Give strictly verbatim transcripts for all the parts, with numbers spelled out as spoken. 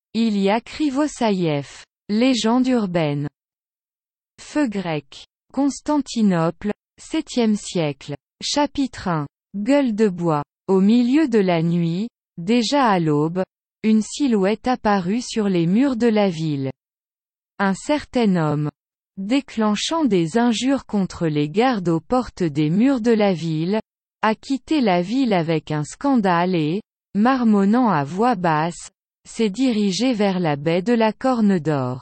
Ilya Krivosaïev. Légende urbaine. Feu grec. Constantinople, septième siècle. Chapitre un. Gueule de bois. Au milieu de la nuit, déjà à l'aube, une silhouette apparut sur les murs de la ville. Un certain homme, déclenchant des injures contre les gardes aux portes des murs de la ville, a quitté la ville avec un scandale et, marmonnant à voix basse, s'est dirigé vers la baie de la Corne d'Or.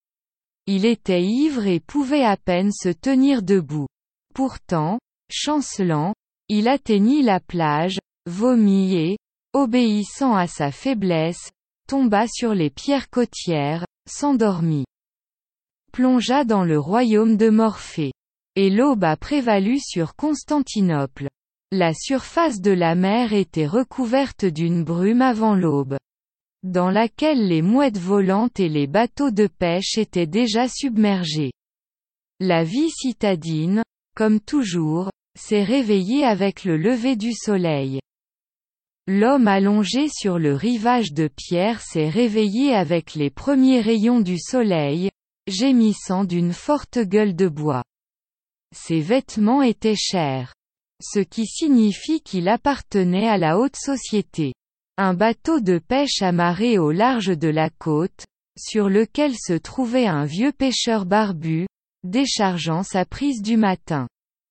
Il était ivre et pouvait à peine se tenir debout. Pourtant, chancelant, il atteignit la plage, vomit et, obéissant à sa faiblesse, tomba sur les pierres côtières, s'endormit. Plongea dans le royaume de Morphée. Et l'aube a prévalu sur Constantinople. La surface de la mer était recouverte d'une brume avant l'aube, dans laquelle les mouettes volantes et les bateaux de pêche étaient déjà submergés. La vie citadine, comme toujours, s'est réveillée avec le lever du soleil. L'homme allongé sur le rivage de pierre s'est réveillé avec les premiers rayons du soleil, gémissant d'une forte gueule de bois. Ses vêtements étaient chers, ce qui signifie qu'il appartenait à la haute société. Un bateau de pêche amarré au large de la côte, sur lequel se trouvait un vieux pêcheur barbu, déchargeant sa prise du matin.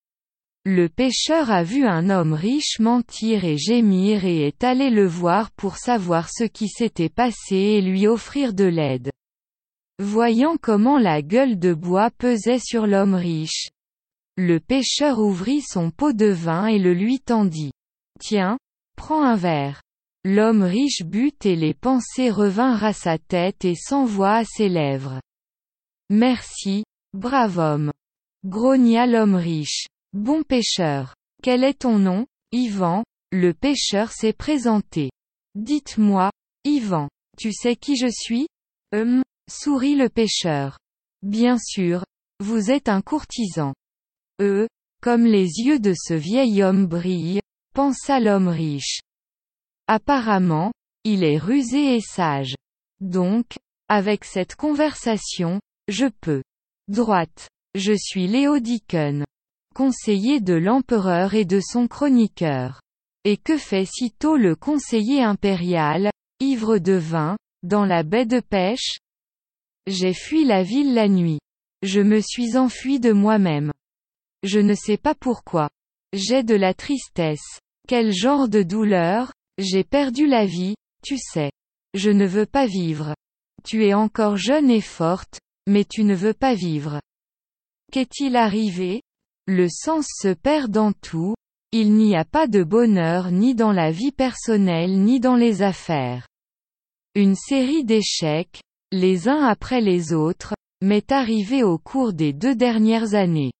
Le pêcheur a vu un homme riche mentir et gémir et est allé le voir pour savoir ce qui s'était passé et lui offrir de l'aide. Voyant comment la gueule de bois pesait sur l'homme riche, le pêcheur ouvrit son pot de vin et le lui tendit. « Tiens, prends un verre. » L'homme riche but et les pensées revinrent à sa tête et sans voix à ses lèvres. « Merci, brave homme. » grogna l'homme riche. « Bon pêcheur. Quel est ton nom, Ivan ?» Le pêcheur s'est présenté. « Dites-moi, Ivan, tu sais qui je suis ? » Hum, sourit le pêcheur. « Bien sûr, vous êtes un courtisan. » Euh, comme les yeux de ce vieil homme brillent, pensa l'homme riche. Apparemment, il est rusé et sage. Donc, avec cette conversation, je peux. Droite. Je suis Léo Dicken, conseiller de l'empereur et de son chroniqueur. Et que fait sitôt le conseiller impérial, ivre de vin, dans la baie de pêche ? J'ai fui la ville la nuit. Je me suis enfui de moi-même. Je ne sais pas pourquoi. J'ai de la tristesse. Quel genre de douleur ? J'ai perdu la vie, tu sais. Je ne veux pas vivre. Tu es encore jeune et forte, mais tu ne veux pas vivre. Qu'est-il arrivé ? Le sens se perd dans tout, il n'y a pas de bonheur ni dans la vie personnelle ni dans les affaires. Une série d'échecs, les uns après les autres, m'est arrivée au cours des deux dernières années.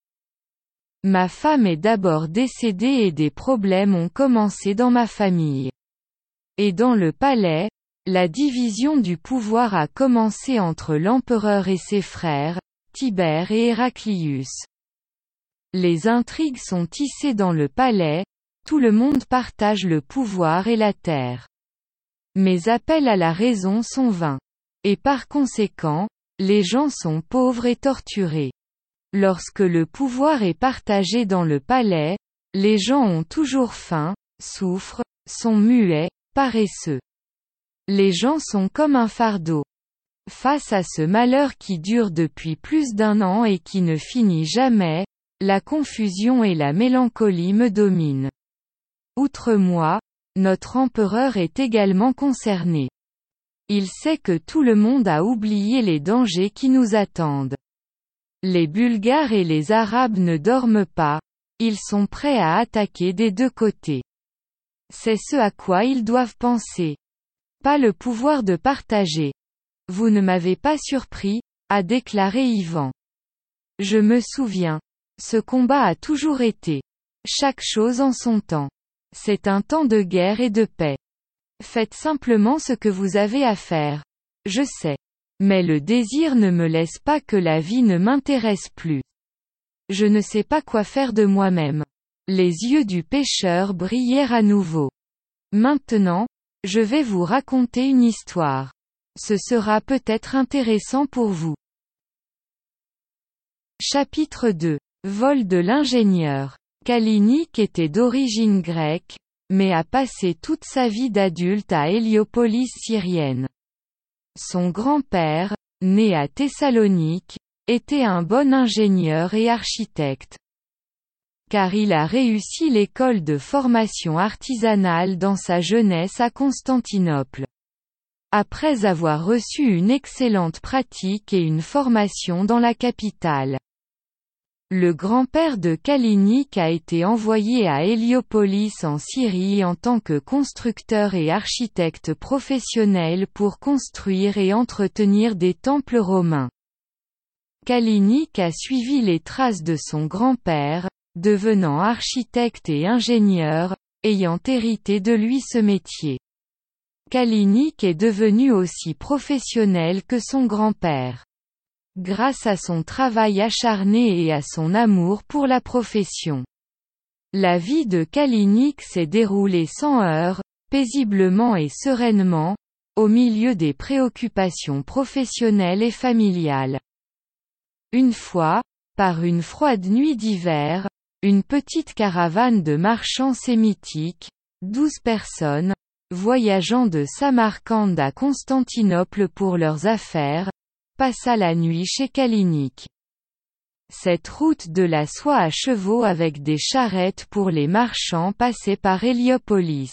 Ma femme est d'abord décédée et des problèmes ont commencé dans ma famille. Et dans le palais, la division du pouvoir a commencé entre l'empereur et ses frères, Tibère et Héraclius. Les intrigues sont tissées dans le palais, tout le monde partage le pouvoir et la terre. Mes appels à la raison sont vains. Et par conséquent, les gens sont pauvres et torturés. Lorsque le pouvoir est partagé dans le palais, les gens ont toujours faim, souffrent, sont muets, paresseux. Les gens sont comme un fardeau. Face à ce malheur qui dure depuis plus d'un an et qui ne finit jamais, la confusion et la mélancolie me dominent. Outre moi, notre empereur est également concerné. Il sait que tout le monde a oublié les dangers qui nous attendent. Les Bulgares et les Arabes ne dorment pas, ils sont prêts à attaquer des deux côtés. C'est ce à quoi ils doivent penser. Pas le pouvoir de partager. Vous ne m'avez pas surpris, a déclaré Ivan. Je me souviens. Ce combat a toujours été. Chaque chose en son temps. C'est un temps de guerre et de paix. Faites simplement ce que vous avez à faire. Je sais. Mais le désir ne me laisse pas que la vie ne m'intéresse plus. Je ne sais pas quoi faire de moi-même. Les yeux du pêcheur brillèrent à nouveau. Maintenant, je vais vous raconter une histoire. Ce sera peut-être intéressant pour vous. Chapitre deux. Vol de l'ingénieur. Kalinick était d'origine grecque, mais a passé toute sa vie d'adulte à Héliopolis syrienne. Son grand-père, né à Thessalonique, était un bon ingénieur et architecte. Car il a réussi l'école de formation artisanale dans sa jeunesse à Constantinople. Après avoir reçu une excellente pratique et une formation dans la capitale. Le grand-père de Kalinick a été envoyé à Héliopolis en Syrie en tant que constructeur et architecte professionnel pour construire et entretenir des temples romains. Kalinick a suivi les traces de son grand-père, devenant architecte et ingénieur, ayant hérité de lui ce métier. Kalinick est devenu aussi professionnel que son grand-père. Grâce à son travail acharné et à son amour pour la profession. La vie de Kalinick s'est déroulée sans heurts, paisiblement et sereinement, au milieu des préoccupations professionnelles et familiales. Une fois, par une froide nuit d'hiver, une petite caravane de marchands sémitiques, douze personnes, voyageant de Samarcande à Constantinople pour leurs affaires, passa la nuit chez Kalinick. Cette route de la soie à chevaux avec des charrettes pour les marchands passait par Héliopolis.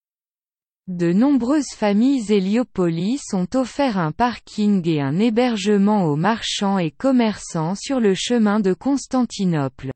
De nombreuses familles Héliopolis ont offert un parking et un hébergement aux marchands et commerçants sur le chemin de Constantinople.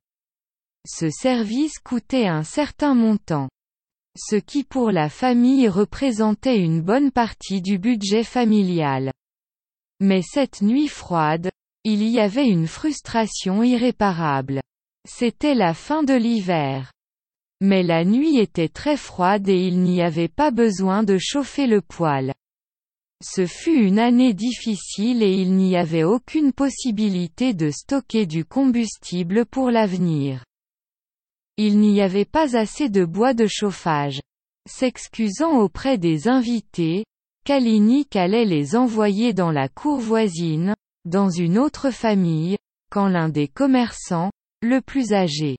Ce service coûtait un certain montant. Ce qui pour la famille représentait une bonne partie du budget familial. Mais cette nuit froide, il y avait une frustration irréparable. C'était la fin de l'hiver. Mais la nuit était très froide et il n'y avait pas besoin de chauffer le poêle. Ce fut une année difficile et il n'y avait aucune possibilité de stocker du combustible pour l'avenir. Il n'y avait pas assez de bois de chauffage. S'excusant auprès des invités, Kalinick allait les envoyer dans la cour voisine, dans une autre famille, quand l'un des commerçants, le plus âgé,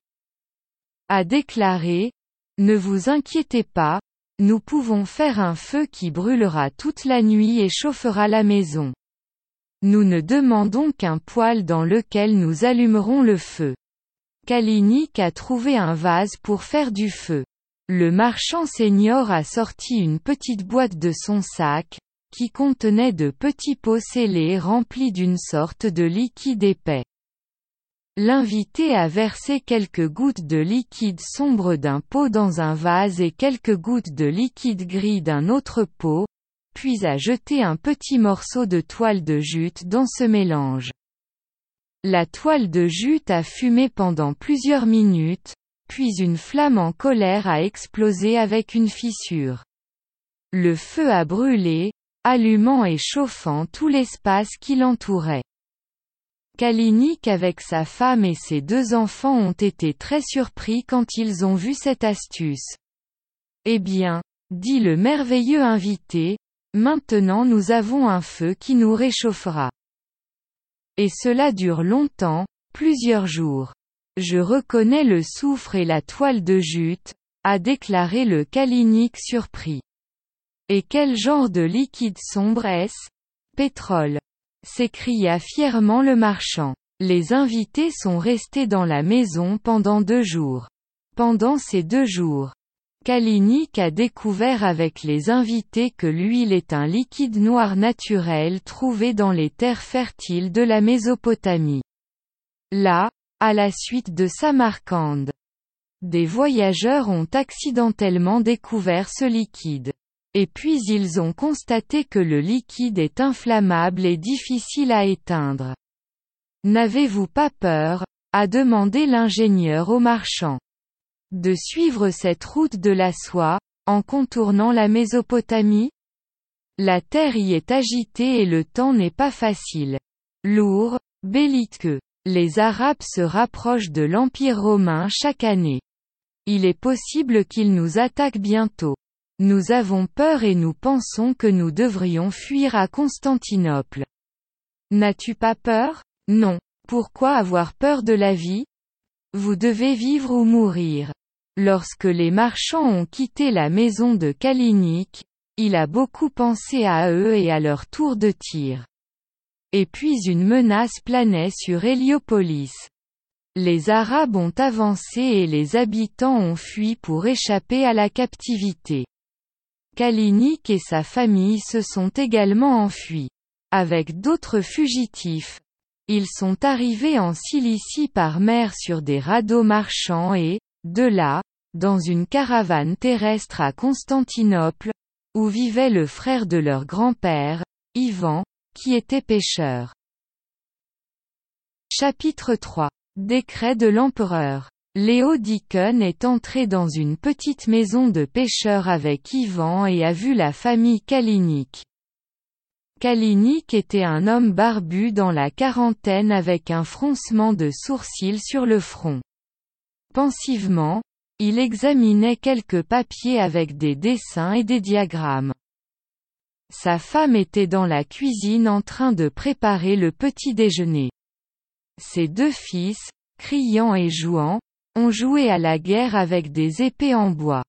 a déclaré « Ne vous inquiétez pas, nous pouvons faire un feu qui brûlera toute la nuit et chauffera la maison. Nous ne demandons qu'un poêle dans lequel nous allumerons le feu. » Kalinick a trouvé un vase pour faire du feu. Le marchand senior a sorti une petite boîte de son sac, qui contenait de petits pots scellés remplis d'une sorte de liquide épais. L'invité a versé quelques gouttes de liquide sombre d'un pot dans un vase et quelques gouttes de liquide gris d'un autre pot, puis a jeté un petit morceau de toile de jute dans ce mélange. La toile de jute a fumé pendant plusieurs minutes, puis une flamme en colère a explosé avec une fissure. Le feu a brûlé, allumant et chauffant tout l'espace qui l'entourait. Kalinick avec sa femme et ses deux enfants ont été très surpris quand ils ont vu cette astuce. Eh bien, dit le merveilleux invité, maintenant nous avons un feu qui nous réchauffera. Et cela dure longtemps, plusieurs jours. Je reconnais le soufre et la toile de jute, a déclaré le Kalinick surpris. Et quel genre de liquide sombre est-ce? Pétrole. S'écria fièrement le marchand. Les invités sont restés dans la maison pendant deux jours. Pendant ces deux jours, Kalinick a découvert avec les invités que l'huile est un liquide noir naturel trouvé dans les terres fertiles de la Mésopotamie. Là, à la suite de Samarcande, des voyageurs ont accidentellement découvert ce liquide. Et puis ils ont constaté que le liquide est inflammable et difficile à éteindre. N'avez-vous pas peur, a demandé l'ingénieur au marchand, de suivre cette route de la soie, en contournant la Mésopotamie? La terre y est agitée et le temps n'est pas facile. Lourd, belliqueux. Les Arabes se rapprochent de l'Empire romain chaque année. Il est possible qu'ils nous attaquent bientôt. Nous avons peur et nous pensons que nous devrions fuir à Constantinople. N'as-tu pas peur? Non. Pourquoi avoir peur de la vie? Vous devez vivre ou mourir. Lorsque les marchands ont quitté la maison de Kalinic, il a beaucoup pensé à eux et à leur tour de tir. Et puis une menace planait sur Héliopolis. Les Arabes ont avancé et les habitants ont fui pour échapper à la captivité. Kalinic et sa famille se sont également enfuis. Avec d'autres fugitifs, ils sont arrivés en Cilicie par mer sur des radeaux marchands et, de là, dans une caravane terrestre à Constantinople, où vivait le frère de leur grand-père, Ivan, qui était pêcheur. Chapitre trois. Décret de l'empereur. Léo Deacon est entré dans une petite maison de pêcheurs avec Ivan et a vu la famille Kalinic. Kalinic était un homme barbu dans la quarantaine avec un froncement de sourcils sur le front. Pensivement, il examinait quelques papiers avec des dessins et des diagrammes. Sa femme était dans la cuisine en train de préparer le petit déjeuner. Ses deux fils, criant et jouant, ont joué à la guerre avec des épées en bois.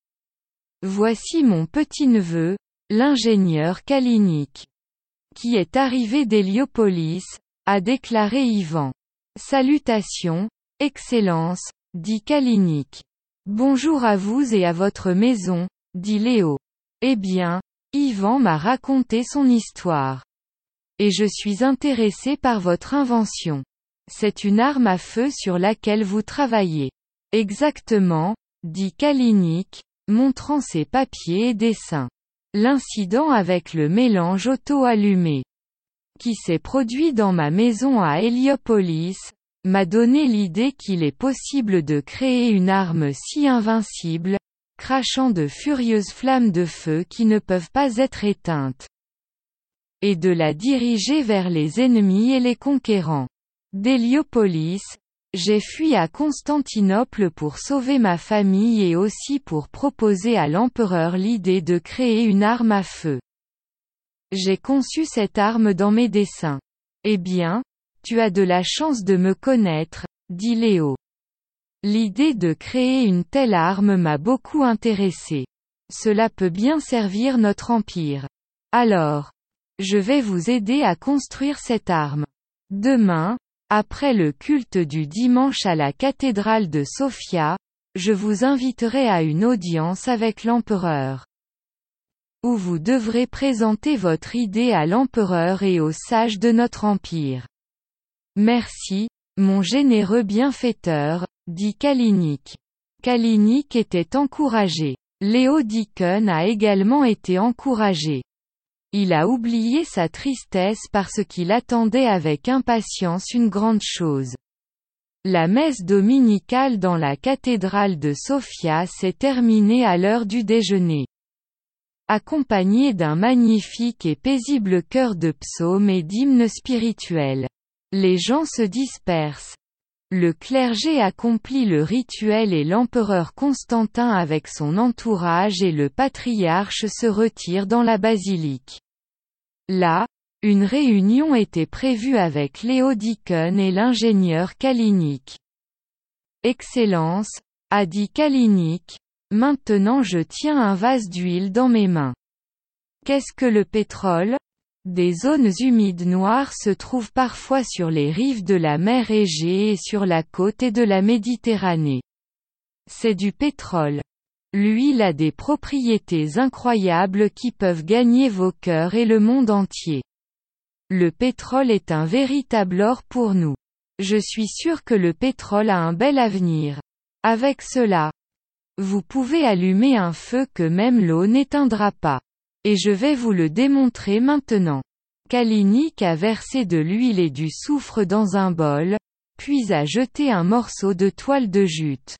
Voici mon petit-neveu, l'ingénieur Kalinic, qui est arrivé d'Héliopolis, a déclaré Ivan. Salutations, Excellence, dit Kalinic. Bonjour à vous et à votre maison, dit Léo. Eh bien, Ivan m'a raconté son histoire. Et je suis intéressé par votre invention. C'est une arme à feu sur laquelle vous travaillez. Exactement, dit Kalinic, montrant ses papiers et dessins. L'incident avec le mélange auto-allumé, qui s'est produit dans ma maison à Héliopolis, m'a donné l'idée qu'il est possible de créer une arme si invincible, crachant de furieuses flammes de feu qui ne peuvent pas être éteintes, et de la diriger vers les ennemis et les conquérants. D'Héliopolis, j'ai fui à Constantinople pour sauver ma famille et aussi pour proposer à l'empereur l'idée de créer une arme à feu. J'ai conçu cette arme dans mes dessins. Eh bien, tu as de la chance de me connaître, dit Léo. L'idée de créer une telle arme m'a beaucoup intéressé. Cela peut bien servir notre empire. Alors, je vais vous aider à construire cette arme. Demain, après le culte du dimanche à la cathédrale de Sofia, je vous inviterai à une audience avec l'empereur, où vous devrez présenter votre idée à l'empereur et aux sages de notre empire. Merci, mon généreux bienfaiteur, dit Kalinic. Kalinic était encouragé. Léo Deacon a également été encouragé. Il a oublié sa tristesse parce qu'il attendait avec impatience une grande chose. La messe dominicale dans la cathédrale de Sofia s'est terminée à l'heure du déjeuner. Accompagnée d'un magnifique et paisible chœur de psaumes et d'hymnes spirituels. Les gens se dispersent. Le clergé accomplit le rituel et l'empereur Constantin avec son entourage et le patriarche se retire dans la basilique. Là, une réunion était prévue avec Léo Deacon et l'ingénieur Kalinic. Excellence, a dit Kalinic, maintenant je tiens un vase d'huile dans mes mains. Qu'est-ce que le pétrole? Des zones humides noires se trouvent parfois sur les rives de la mer Égée et sur la côte et de la Méditerranée. C'est du pétrole. L'huile a des propriétés incroyables qui peuvent gagner vos cœurs et le monde entier. Le pétrole est un véritable or pour nous. Je suis sûr que le pétrole a un bel avenir. Avec cela, vous pouvez allumer un feu que même l'eau n'éteindra pas. Et je vais vous le démontrer maintenant. Kalinic a versé de l'huile et du soufre dans un bol, puis a jeté un morceau de toile de jute.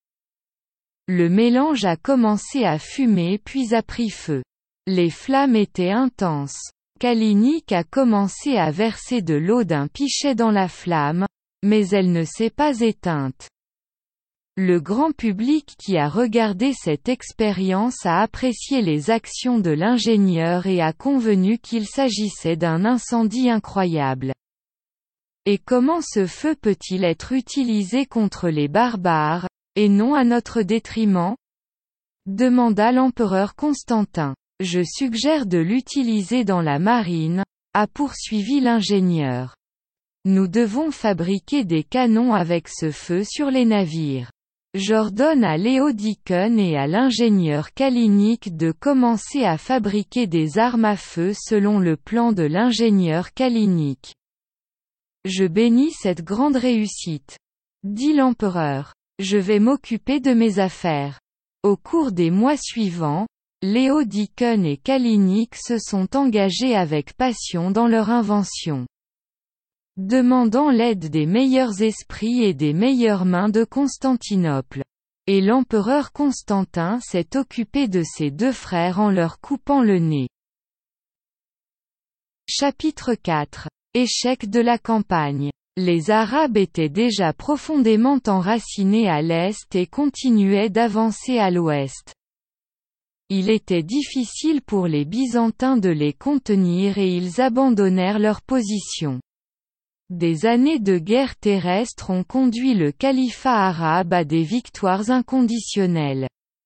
Le mélange a commencé à fumer puis a pris feu. Les flammes étaient intenses. Kalinic a commencé à verser de l'eau d'un pichet dans la flamme, mais elle ne s'est pas éteinte. Le grand public qui a regardé cette expérience a apprécié les actions de l'ingénieur et a convenu qu'il s'agissait d'un incendie incroyable. Et comment ce feu peut-il être utilisé contre les barbares, et non à notre détriment? Demanda l'empereur Constantin. Je suggère de l'utiliser dans la marine, a poursuivi l'ingénieur. Nous devons fabriquer des canons avec ce feu sur les navires. J'ordonne à Léo Deacon et à l'ingénieur Kalinick de commencer à fabriquer des armes à feu selon le plan de l'ingénieur Kalinick. Je bénis cette grande réussite. Dit l'empereur. Je vais m'occuper de mes affaires. Au cours des mois suivants, Léo Deacon et Kalinick se sont engagés avec passion dans leur invention, demandant l'aide des meilleurs esprits et des meilleures mains de Constantinople. Et l'empereur Constantin s'est occupé de ses deux frères en leur coupant le nez. Chapitre quatre. Échec de la campagne. Les Arabes étaient déjà profondément enracinés à l'est et continuaient d'avancer à l'ouest. Il était difficile pour les Byzantins de les contenir et ils abandonnèrent leur position. Des années de guerre terrestre ont conduit le califat arabe à des victoires inconditionnelles,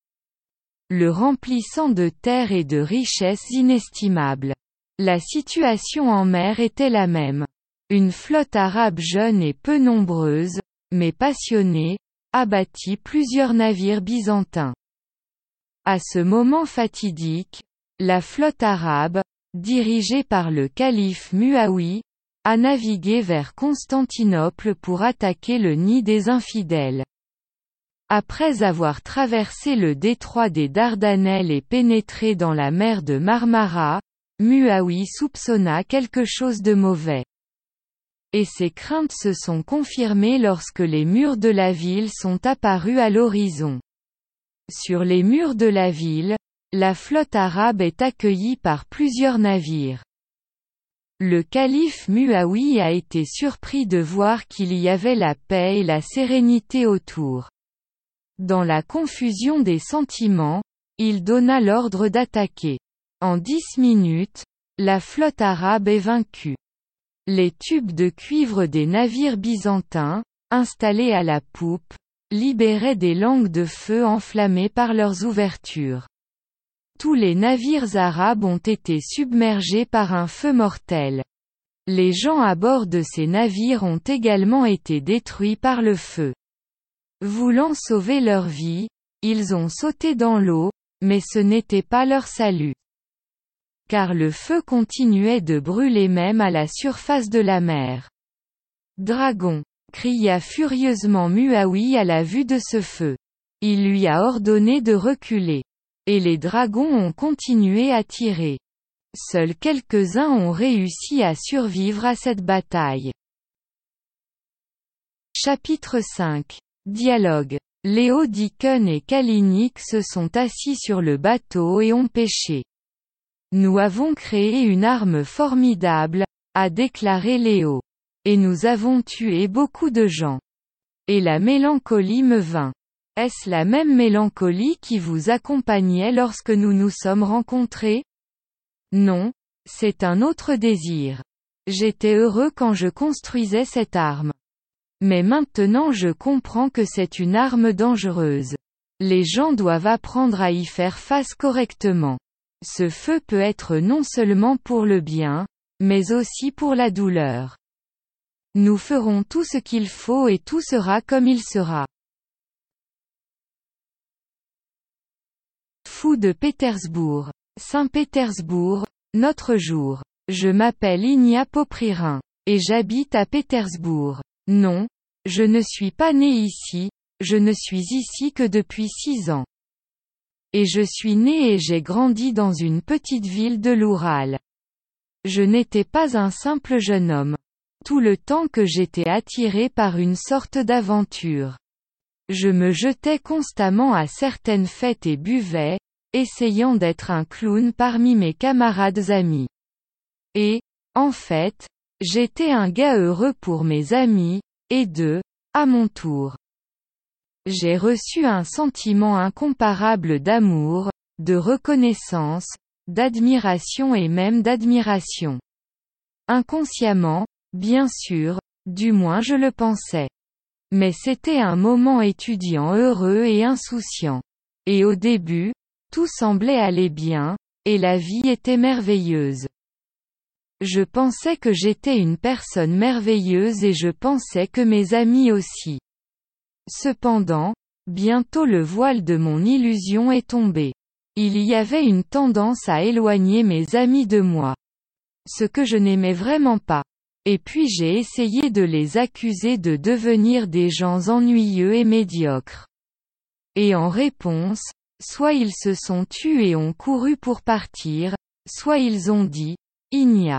le remplissant de terres et de richesses inestimables. La situation en mer était la même. Une flotte arabe jeune et peu nombreuse, mais passionnée, abattit plusieurs navires byzantins. À ce moment fatidique, la flotte arabe, dirigée par le calife Muawi, a navigué vers Constantinople pour attaquer le nid des infidèles. Après avoir traversé le détroit des Dardanelles et pénétré dans la mer de Marmara, Muawi soupçonna quelque chose de mauvais. Et ses craintes se sont confirmées lorsque les murs de la ville sont apparus à l'horizon. Sur les murs de la ville, la flotte arabe est accueillie par plusieurs navires. Le calife Muawi a été surpris de voir qu'il y avait la paix et la sérénité autour. Dans la confusion des sentiments, il donna l'ordre d'attaquer. En dix minutes, la flotte arabe est vaincue. Les tubes de cuivre des navires byzantins, installés à la poupe, libéraient des langues de feu enflammées par leurs ouvertures. Tous les navires arabes ont été submergés par un feu mortel. Les gens à bord de ces navires ont également été détruits par le feu. Voulant sauver leur vie, ils ont sauté dans l'eau, mais ce n'était pas leur salut. Car le feu continuait de brûler même à la surface de la mer. Dragon! Cria furieusement Muawi à la vue de ce feu. Il lui a ordonné de reculer. Et les dragons ont continué à tirer. Seuls quelques-uns ont réussi à survivre à cette bataille. Chapitre cinq. Dialogue. Léo Deacon et Kalinick se sont assis sur le bateau et ont pêché. Nous avons créé une arme formidable, a déclaré Léo. Et nous avons tué beaucoup de gens. Et la mélancolie me vint. Est-ce la même mélancolie qui vous accompagnait lorsque nous nous sommes rencontrés? Non, c'est un autre désir. J'étais heureux quand je construisais cette arme. Mais maintenant je comprends que c'est une arme dangereuse. Les gens doivent apprendre à y faire face correctement. Ce feu peut être non seulement pour le bien, mais aussi pour la douleur. Nous ferons tout ce qu'il faut et tout sera comme il sera. Fou de Pétersbourg. Saint-Pétersbourg, notre jour. Je m'appelle Igna Popririn. Et j'habite à Pétersbourg. Non, je ne suis pas né ici, je ne suis ici que depuis six ans. Et je suis né et j'ai grandi dans une petite ville de l'Oural. Je n'étais pas un simple jeune homme. Tout le temps que j'étais attiré par une sorte d'aventure. Je me jetais constamment à certaines fêtes et buvais, essayant d'être un clown parmi mes camarades amis. Et, en fait, j'étais un gars heureux pour mes amis, et d'eux, à mon tour. J'ai reçu un sentiment incomparable d'amour, de reconnaissance, d'admiration et même d'admiration. Inconsciemment, bien sûr, du moins je le pensais. Mais c'était un moment étudiant heureux et insouciant. Et au début, tout semblait aller bien, et la vie était merveilleuse. Je pensais que j'étais une personne merveilleuse et je pensais que mes amis aussi. Cependant, bientôt le voile de mon illusion est tombé. Il y avait une tendance à éloigner mes amis de moi. Ce que je n'aimais vraiment pas. Et puis j'ai essayé de les accuser de devenir des gens ennuyeux et médiocres. Et en réponse, soit ils se sont tus et ont couru pour partir, soit ils ont dit, Igna.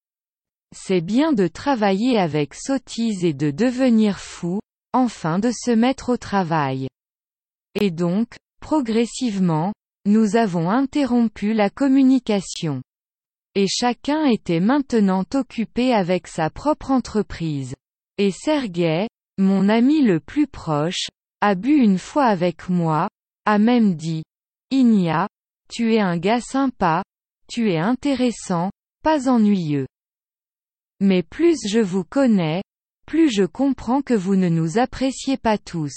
C'est bien de travailler avec sottise et de devenir fou, enfin de se mettre au travail. Et donc, progressivement, nous avons interrompu la communication. Et chacun était maintenant occupé avec sa propre entreprise. Et Sergueï, mon ami le plus proche, a bu une fois avec moi, a même dit, Igna, tu es un gars sympa, tu es intéressant, pas ennuyeux. Mais plus je vous connais, plus je comprends que vous ne nous appréciez pas tous.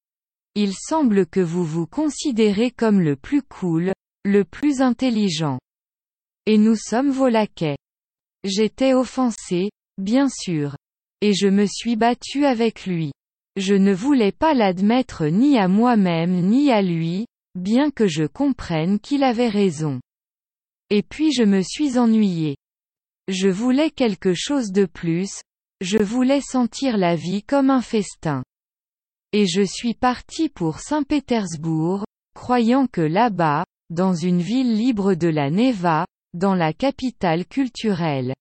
Il semble que vous vous considérez comme le plus cool, le plus intelligent. Et nous sommes vos laquais. J'étais offensé, bien sûr. Et je me suis battu avec lui. Je ne voulais pas l'admettre ni à moi-même ni à lui, bien que je comprenne qu'il avait raison. Et puis je me suis ennuyé. Je voulais quelque chose de plus, je voulais sentir la vie comme un festin. Et je suis parti pour Saint-Pétersbourg, croyant que là-bas, dans une ville libre de la Neva, dans la capitale culturelle,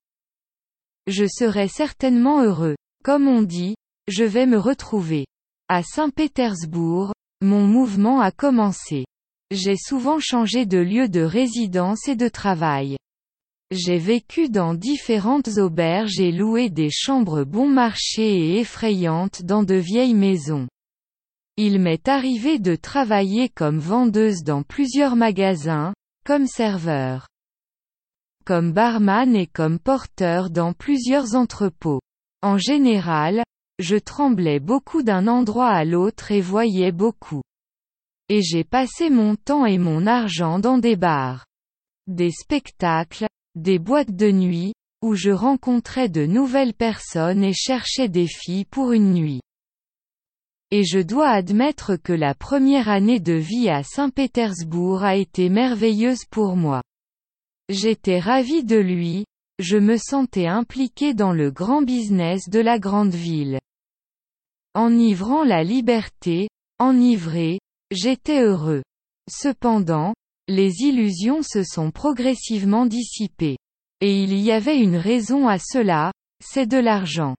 je serais certainement heureux. Comme on dit, je vais me retrouver. À Saint-Pétersbourg, mon mouvement a commencé. J'ai souvent changé de lieu de résidence et de travail. J'ai vécu dans différentes auberges et loué des chambres bon marché et effrayantes dans de vieilles maisons. Il m'est arrivé de travailler comme vendeuse dans plusieurs magasins, comme serveur, comme barman et comme porteur dans plusieurs entrepôts. En général, je tremblais beaucoup d'un endroit à l'autre et voyais beaucoup. Et j'ai passé mon temps et mon argent dans des bars, des spectacles, des boîtes de nuit, où je rencontrais de nouvelles personnes et cherchais des filles pour une nuit. Et je dois admettre que la première année de vie à Saint-Pétersbourg a été merveilleuse pour moi. J'étais ravi de lui, je me sentais impliqué dans le grand business de la grande ville. Enivrant la liberté, enivré, j'étais heureux. Cependant, les illusions se sont progressivement dissipées. Et il y avait une raison à cela, c'est de l'argent.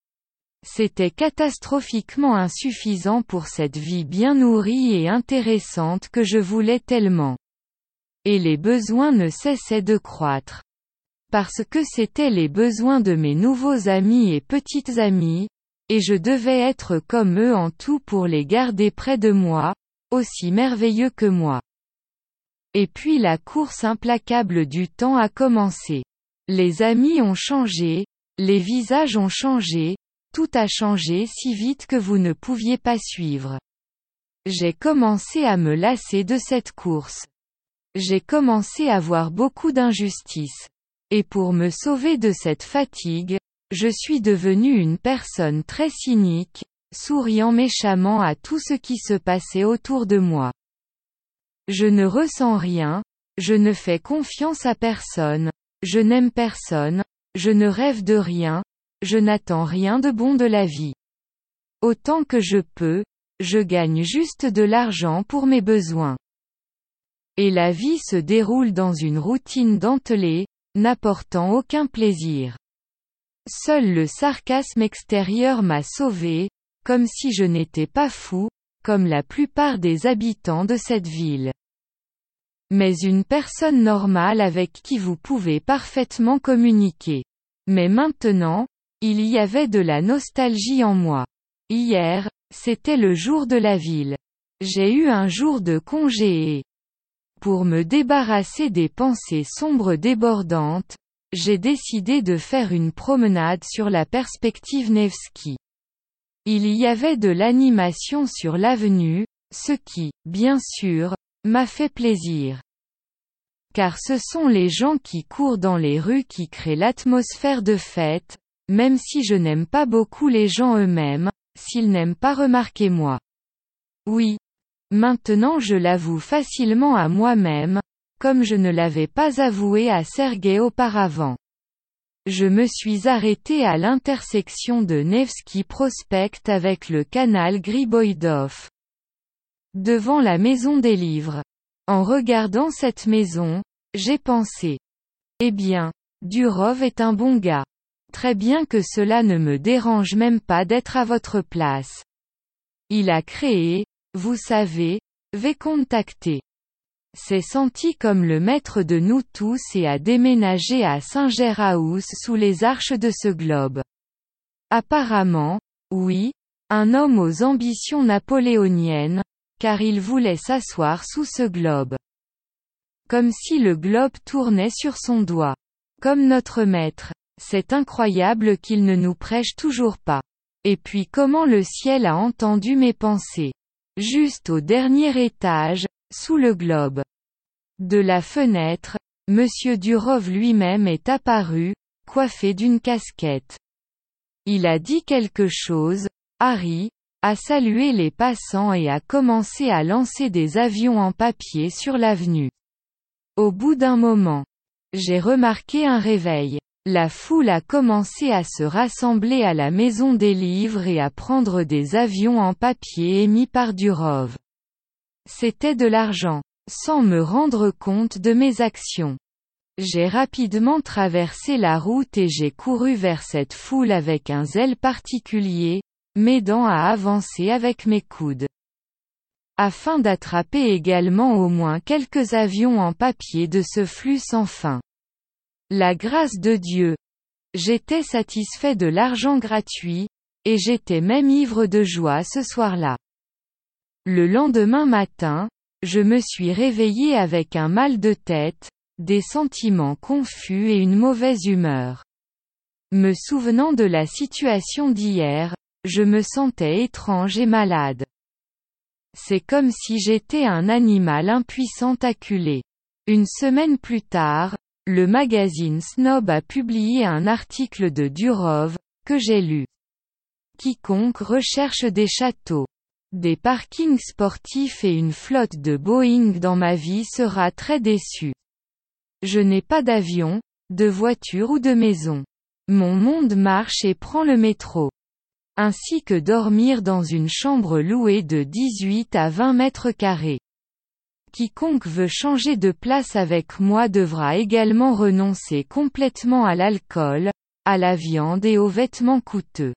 C'était catastrophiquement insuffisant pour cette vie bien nourrie et intéressante que je voulais tellement. Et les besoins ne cessaient de croître. Parce que c'étaient les besoins de mes nouveaux amis et petites amies, et je devais être comme eux en tout pour les garder près de moi, aussi merveilleux que moi. Et puis la course implacable du temps a commencé. Les amis ont changé, les visages ont changé, tout a changé si vite que vous ne pouviez pas suivre. J'ai commencé à me lasser de cette course. J'ai commencé à voir beaucoup d'injustices. Et pour me sauver de cette fatigue, je suis devenu une personne très cynique, souriant méchamment à tout ce qui se passait autour de moi. Je ne ressens rien, je ne fais confiance à personne, je n'aime personne, je ne rêve de rien, je n'attends rien de bon de la vie. Autant que je peux, je gagne juste de l'argent pour mes besoins. Et la vie se déroule dans une routine dentelée, n'apportant aucun plaisir. Seul le sarcasme extérieur m'a sauvé, comme si je n'étais pas fou, comme la plupart des habitants de cette ville. Mais une personne normale avec qui vous pouvez parfaitement communiquer. Mais maintenant, il y avait de la nostalgie en moi. Hier, C'était le jour de la ville. J'ai eu un jour de congé et, pour me débarrasser des pensées sombres débordantes, j'ai décidé de faire une promenade sur la perspective Nevski. Il y avait de l'animation sur l'avenue, ce qui, bien sûr, m'a fait plaisir. Car ce sont les gens qui courent dans les rues qui créent l'atmosphère de fête, même si je n'aime pas beaucoup les gens eux-mêmes, s'ils n'aiment pas remarquer moi. Oui. Maintenant je l'avoue facilement à moi-même, comme je ne l'avais pas avoué à Sergueï auparavant. Je me suis arrêté à l'intersection de Nevski Prospect avec le canal Griboïdov. Devant la maison des livres. En regardant cette maison, j'ai pensé. Eh bien, Durov est un bon gars. Très bien que cela ne me dérange même pas d'être à votre place. Il a créé, vous savez, V contacté. S'est senti comme le maître de nous tous et a déménagé à Saint-Gerhaus sous les arches de ce globe. Apparemment, oui, un homme aux ambitions napoléoniennes, car il voulait s'asseoir sous ce globe. Comme si le globe tournait sur son doigt. Comme notre maître, c'est incroyable qu'il ne nous prêche toujours pas. Et puis comment le ciel a entendu mes pensées. Juste au dernier étage, sous le globe. De la fenêtre, Monsieur Durov lui-même est apparu, coiffé d'une casquette. Il a dit quelque chose, Harry, a salué les passants et a commencé à lancer des avions en papier sur l'avenue. Au bout d'un moment, j'ai remarqué un réveil. La foule a commencé à se rassembler à la maison des livres et à prendre des avions en papier émis par Durov. C'était de l'argent, sans me rendre compte de mes actions. J'ai rapidement traversé la route et j'ai couru vers cette foule avec un zèle particulier, m'aidant à avancer avec mes coudes. Afin d'attraper également au moins quelques avions en papier de ce flux sans fin. La grâce de Dieu. J'étais satisfait de l'argent gratuit, et j'étais même ivre de joie ce soir-là. Le lendemain matin, je me suis réveillé avec un mal de tête, des sentiments confus et une mauvaise humeur. Me souvenant de la situation d'hier, je me sentais étrange et malade. C'est comme si j'étais un animal impuissant acculé. Une semaine plus tard, le magazine Snob a publié un article de Durov, que j'ai lu. Quiconque recherche des châteaux, des parkings sportifs et une flotte de Boeing dans ma vie sera très déçu. Je n'ai pas d'avion, de voiture ou de maison. Mon monde marche et prend le métro. Ainsi que dormir dans une chambre louée de dix-huit à vingt mètres carrés. Quiconque veut changer de place avec moi devra également renoncer complètement à l'alcool, à la viande et aux vêtements coûteux.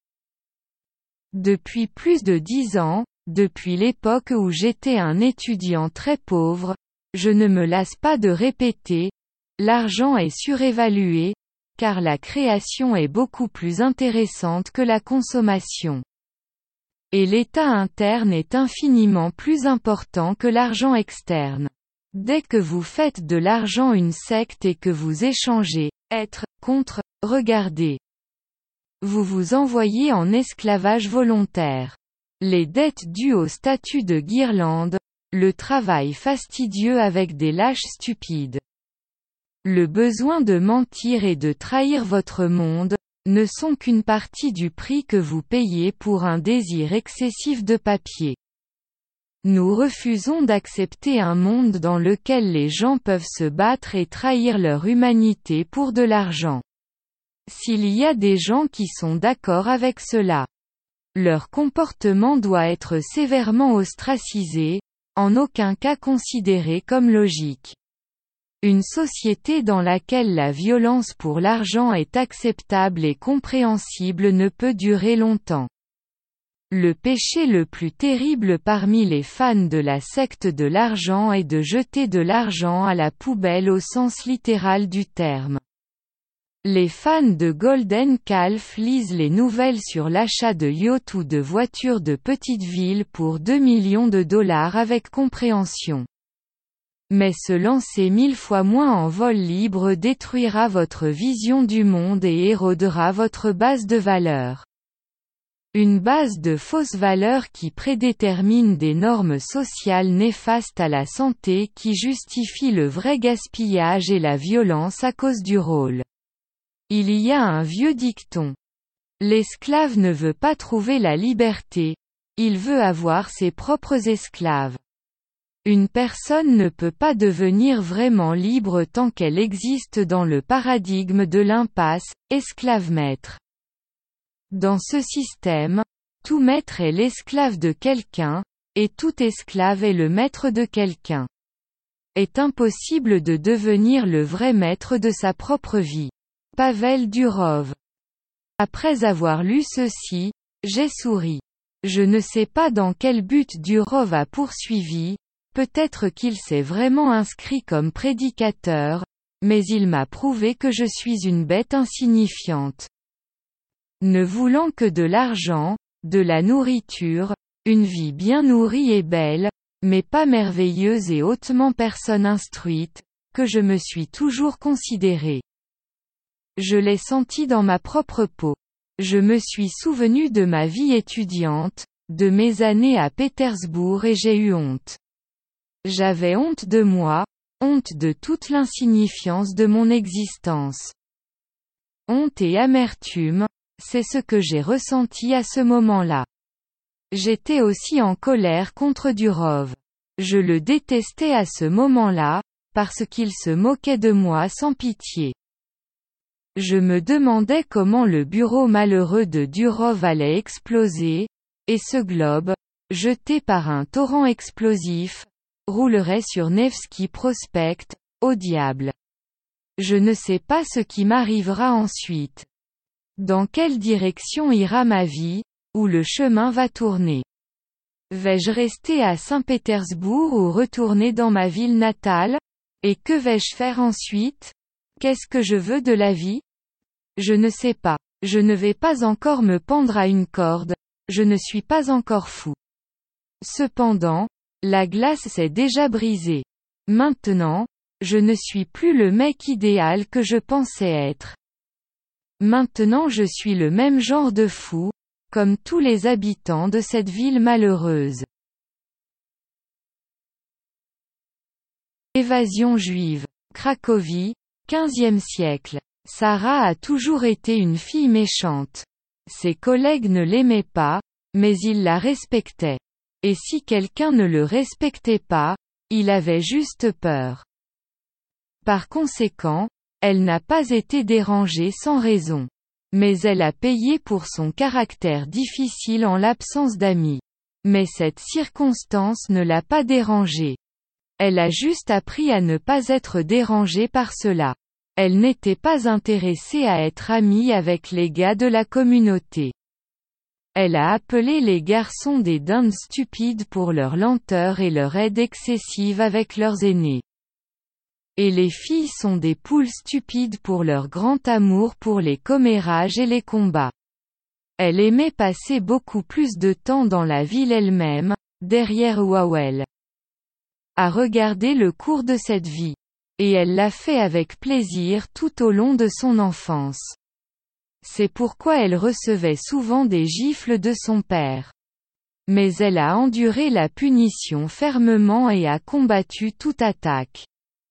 Depuis plus de dix ans, depuis l'époque où j'étais un étudiant très pauvre, je ne me lasse pas de répéter, l'argent est surévalué, car la création est beaucoup plus intéressante que la consommation. Et l'état interne est infiniment plus important que l'argent externe. Dès que vous faites de l'argent une secte et que vous échangez, être, contre, regarder. Vous vous envoyez en esclavage volontaire. Les dettes dues au statut de guirlande, le travail fastidieux avec des lâches stupides. Le besoin de mentir et de trahir votre monde, ne sont qu'une partie du prix que vous payez pour un désir excessif de papier. Nous refusons d'accepter un monde dans lequel les gens peuvent se battre et trahir leur humanité pour de l'argent. S'il y a des gens qui sont d'accord avec cela, leur comportement doit être sévèrement ostracisé, en aucun cas considéré comme logique. Une société dans laquelle la violence pour l'argent est acceptable et compréhensible ne peut durer longtemps. Le péché le plus terrible parmi les fans de la secte de l'argent est de jeter de l'argent à la poubelle au sens littéral du terme. Les fans de Golden Calf lisent les nouvelles sur l'achat de yachts ou de voitures de petite ville pour deux millions de dollars avec compréhension. Mais se lancer mille fois moins en vol libre détruira votre vision du monde et érodera votre base de valeurs. Une base de fausses valeurs qui prédétermine des normes sociales néfastes à la santé qui justifient le vrai gaspillage et la violence à cause du rôle. Il y a un vieux dicton. L'esclave ne veut pas trouver la liberté, il veut avoir ses propres esclaves. Une personne ne peut pas devenir vraiment libre tant qu'elle existe dans le paradigme de l'impasse, esclave-maître. Dans ce système, tout maître est l'esclave de quelqu'un, et tout esclave est le maître de quelqu'un. Est impossible de devenir le vrai maître de sa propre vie. Pavel Durov. Après avoir lu ceci, j'ai souri. Je ne sais pas dans quel but Durov a poursuivi, peut-être qu'il s'est vraiment inscrit comme prédicateur, mais il m'a prouvé que je suis une bête insignifiante. Ne voulant que de l'argent, de la nourriture, une vie bien nourrie et belle, mais pas merveilleuse et hautement personne instruite, que je me suis toujours considérée. Je l'ai senti dans ma propre peau. Je me suis souvenu de ma vie étudiante, de mes années à Pétersbourg et j'ai eu honte. J'avais honte de moi, honte de toute l'insignifiance de mon existence. Honte et amertume, c'est ce que j'ai ressenti à ce moment-là. J'étais aussi en colère contre Durov. Je le détestais à ce moment-là, parce qu'il se moquait de moi sans pitié. Je me demandais comment le bureau malheureux de Durov allait exploser, et ce globe, jeté par un torrent explosif, roulerait sur Nevsky Prospect, au diable. Je ne sais pas ce qui m'arrivera ensuite. Dans quelle direction ira ma vie, où le chemin va tourner? Vais-je rester à Saint-Pétersbourg ou retourner dans ma ville natale? Et que vais-je faire ensuite? Qu'est-ce que je veux de la vie? Je ne sais pas. Je ne vais pas encore me pendre à une corde, je ne suis pas encore fou. Cependant, la glace s'est déjà brisée. Maintenant, je ne suis plus le mec idéal que je pensais être. Maintenant je suis le même genre de fou, comme tous les habitants de cette ville malheureuse. Évasion juive. Cracovie, quinzième siècle. Sarah a toujours été une fille méchante. Ses collègues ne l'aimaient pas, mais ils la respectaient. Et si quelqu'un ne le respectait pas, il avait juste peur. Par conséquent, elle n'a pas été dérangée sans raison. Mais elle a payé pour son caractère difficile en l'absence d'amis. Mais cette circonstance ne l'a pas dérangée. Elle a juste appris à ne pas être dérangée par cela. Elle n'était pas intéressée à être amie avec les gars de la communauté. Elle a appelé les garçons des dindes stupides pour leur lenteur et leur aide excessive avec leurs aînés. Et les filles sont des poules stupides pour leur grand amour pour les commérages et les combats. Elle aimait passer beaucoup plus de temps dans la ville elle-même, derrière Wawel. À regarder le cours de cette vie. Et elle l'a fait avec plaisir tout au long de son enfance. C'est pourquoi elle recevait souvent des gifles de son père. Mais elle a enduré la punition fermement et a combattu toute attaque.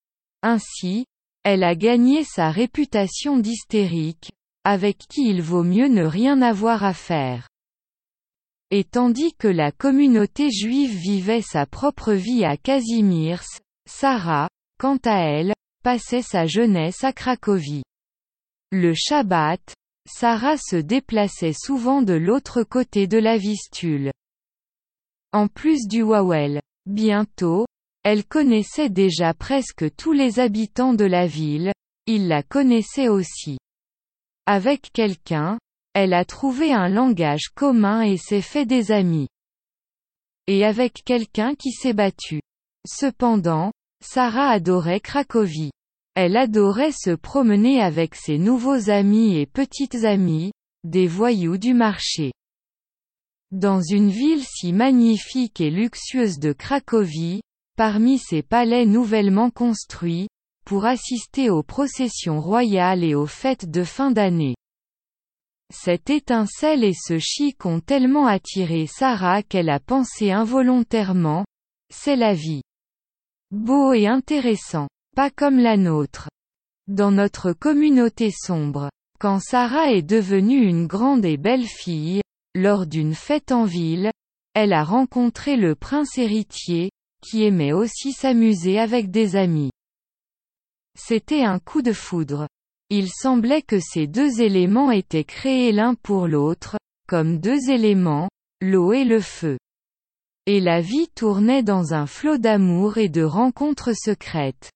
Ainsi, elle a gagné sa réputation d'hystérique, avec qui il vaut mieux ne rien avoir à faire. Et tandis que la communauté juive vivait sa propre vie à Kazimierz, Sarah, quant à elle, passait sa jeunesse à Cracovie. Le Shabbat, Sarah se déplaçait souvent de l'autre côté de la Vistule. En plus du Wawel, bientôt, elle connaissait déjà presque tous les habitants de la ville, ils la connaissaient aussi. Avec quelqu'un, elle a trouvé un langage commun et s'est fait des amis. Et avec quelqu'un qui s'est battu. Cependant, Sarah adorait Cracovie. Elle adorait se promener avec ses nouveaux amis et petites amies, des voyous du marché. Dans une ville si magnifique et luxueuse de Cracovie, parmi ses palais nouvellement construits, pour assister aux processions royales et aux fêtes de fin d'année. Cette étincelle et ce chic ont tellement attiré Sarah qu'elle a pensé involontairement, c'est la vie. Beau et intéressant, pas comme la nôtre. Dans notre communauté sombre, quand Sarah est devenue une grande et belle fille, lors d'une fête en ville, elle a rencontré le prince héritier, qui aimait aussi s'amuser avec des amis. C'était un coup de foudre. Il semblait que ces deux éléments étaient créés l'un pour l'autre, comme deux éléments, l'eau et le feu. Et la vie tournait dans un flot d'amour et de rencontres secrètes.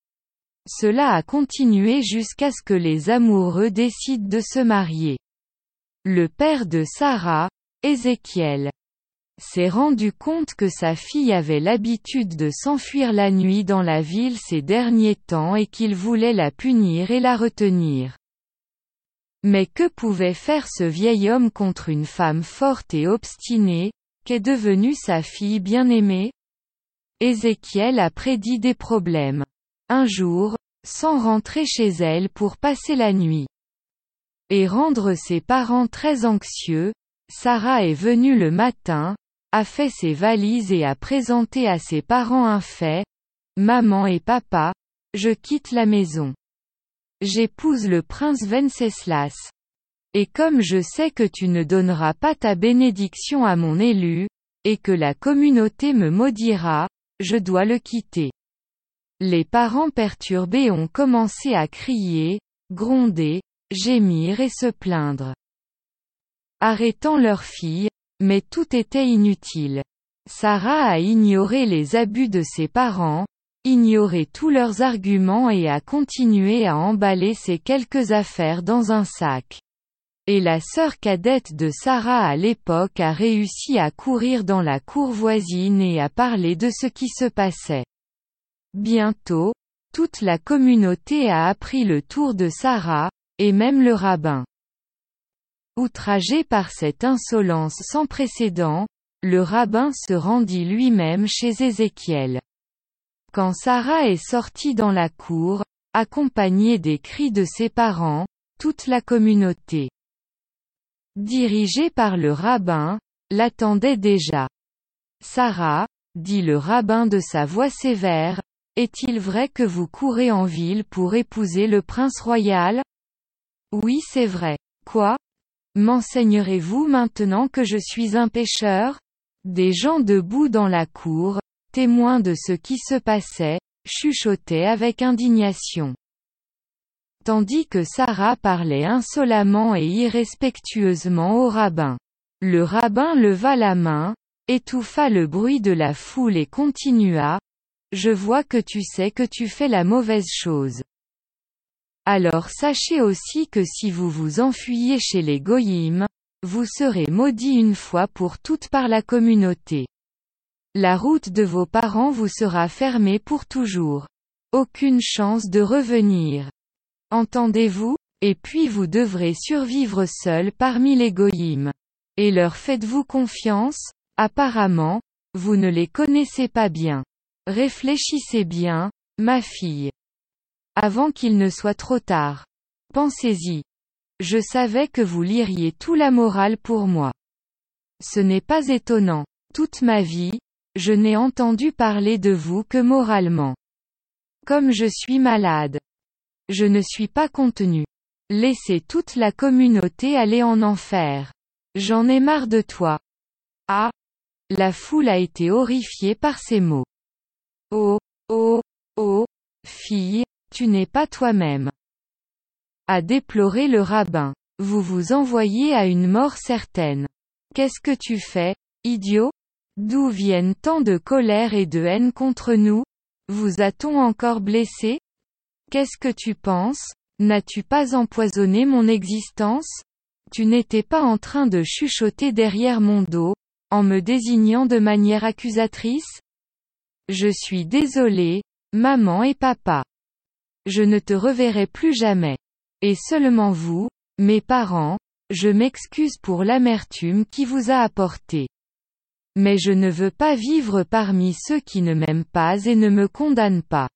Cela a continué jusqu'à ce que les amoureux décident de se marier. Le père de Sarah, Ézéchiel, s'est rendu compte que sa fille avait l'habitude de s'enfuir la nuit dans la ville ces derniers temps et qu'il voulait la punir et la retenir. Mais que pouvait faire ce vieil homme contre une femme forte et obstinée, qu'est devenue sa fille bien-aimée? Ézéchiel a prédit des problèmes. Un jour, sans rentrer chez elle pour passer la nuit et rendre ses parents très anxieux, Sarah est venue le matin, a fait ses valises et a présenté à ses parents un fait. Maman et papa, je quitte la maison. J'épouse le prince Venceslas. Et comme je sais que tu ne donneras pas ta bénédiction à mon élu, et que la communauté me maudira, je dois le quitter. Les parents perturbés ont commencé à crier, gronder, gémir et se plaindre, arrêtant leur fille, mais tout était inutile. Sarah a ignoré les abus de ses parents, ignoré tous leurs arguments et a continué à emballer ses quelques affaires dans un sac. Et la sœur cadette de Sarah à l'époque a réussi à courir dans la cour voisine et à parler de ce qui se passait. Bientôt, toute la communauté a appris le tour de Sarah, et même le rabbin. Outragé par cette insolence sans précédent, le rabbin se rendit lui-même chez Ézéchiel. Quand Sarah est sortie dans la cour, accompagnée des cris de ses parents, toute la communauté, dirigée par le rabbin, l'attendait déjà. Sarah, dit le rabbin de sa voix sévère, est-il vrai que vous courez en ville pour épouser le prince royal? Oui, c'est vrai. Quoi? M'enseignerez-vous maintenant que je suis un pécheur? Des gens debout dans la cour, témoins de ce qui se passait, chuchotaient avec indignation. Tandis que Sarah parlait insolemment et irrespectueusement au rabbin. Le rabbin leva la main, étouffa le bruit de la foule et continua. Je vois que tu sais que tu fais la mauvaise chose. Alors sachez aussi que si vous vous enfuyez chez les goyim, vous serez maudits une fois pour toutes par la communauté. La route de vos parents vous sera fermée pour toujours. Aucune chance de revenir. Entendez-vous? Et puis vous devrez survivre seul parmi les goyim. Et leur faites-vous confiance? Apparemment, vous ne les connaissez pas bien. Réfléchissez bien, ma fille. Avant qu'il ne soit trop tard. Pensez-y. Je savais que vous liriez tout la morale pour moi. Ce n'est pas étonnant. Toute ma vie, je n'ai entendu parler de vous que moralement. Comme je suis malade. Je ne suis pas contenu. Laissez toute la communauté aller en enfer. J'en ai marre de toi. Ah! La foule a été horrifiée par ces mots. Oh, oh, oh, fille, tu n'es pas toi-même. A déploré le rabbin. Vous vous envoyez à une mort certaine. Qu'est-ce que tu fais, idiot? D'où viennent tant de colère et de haine contre nous? Vous a-t-on encore blessé? Qu'est-ce que tu penses? N'as-tu pas empoisonné mon existence? Tu n'étais pas en train de chuchoter derrière mon dos, en me désignant de manière accusatrice? Je suis désolé, maman et papa. je ne te reverrai plus jamais. Et seulement vous, mes parents, je m'excuse pour l'amertume qui vous a apporté. Mais je ne veux pas vivre parmi ceux qui ne m'aiment pas et ne me condamnent pas.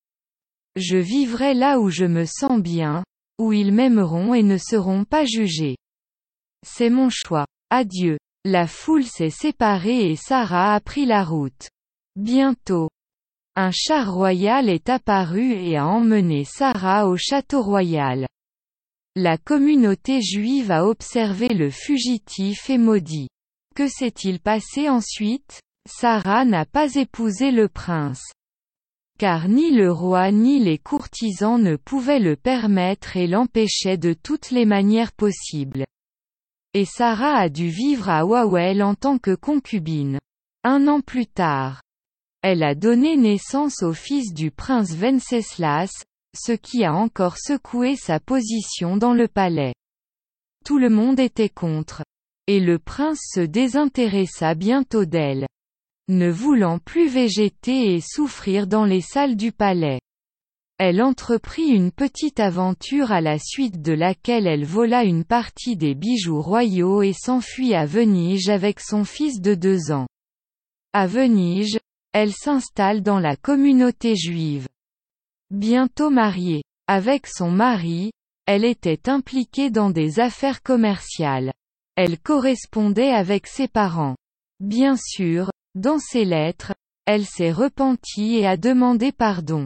Je vivrai là où je me sens bien, où ils m'aimeront et ne seront pas jugés. C'est mon choix. Adieu. La foule s'est séparée et Sarah a pris la route. Bientôt, un char royal est apparu et a emmené Sarah au château royal. La communauté juive a observé le fugitif et maudit. Que s'est-il passé ensuite? Sarah n'a pas épousé le prince. Car ni le roi ni les courtisans ne pouvaient le permettre et l'empêchaient de toutes les manières possibles. Et Sarah a dû vivre à Wawel en tant que concubine. Un an plus tard, elle a donné naissance au fils du prince Venceslas, ce qui a encore secoué sa position dans le palais. Tout le monde était contre. Et le prince se désintéressa bientôt d'elle, ne voulant plus végéter et souffrir dans les salles du palais. Elle entreprit une petite aventure à la suite de laquelle elle vola une partie des bijoux royaux et s'enfuit à Venise avec son fils de deux ans. À Venise, elle s'installe dans la communauté juive. Bientôt mariée avec son mari, elle était impliquée dans des affaires commerciales. Elle correspondait avec ses parents. Bien sûr, dans ses lettres, elle s'est repentie et a demandé pardon.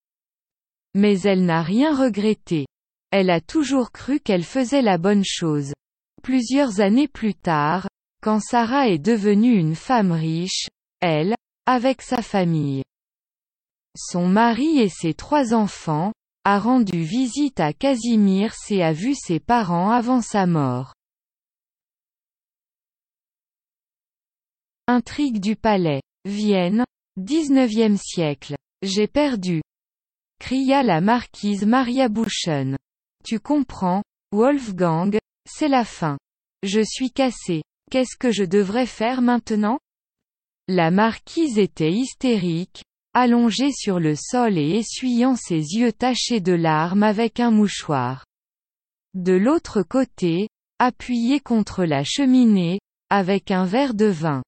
Mais elle n'a rien regretté. Elle a toujours cru qu'elle faisait la bonne chose. Plusieurs années plus tard, quand Sarah est devenue une femme riche, elle, avec sa famille, son mari et ses trois enfants, a rendu visite à Casimir et a vu ses parents avant sa mort. Intrigue du palais. Vienne, dix-neuvième siècle. J'ai perdu, cria la marquise Maria Buschen. Tu comprends, Wolfgang, c'est la fin. Je suis cassée. Qu'est-ce que je devrais faire maintenant? La marquise était hystérique, allongée sur le sol et essuyant ses yeux tachés de larmes avec un mouchoir. De l'autre côté, appuyé contre la cheminée, avec un verre de vin,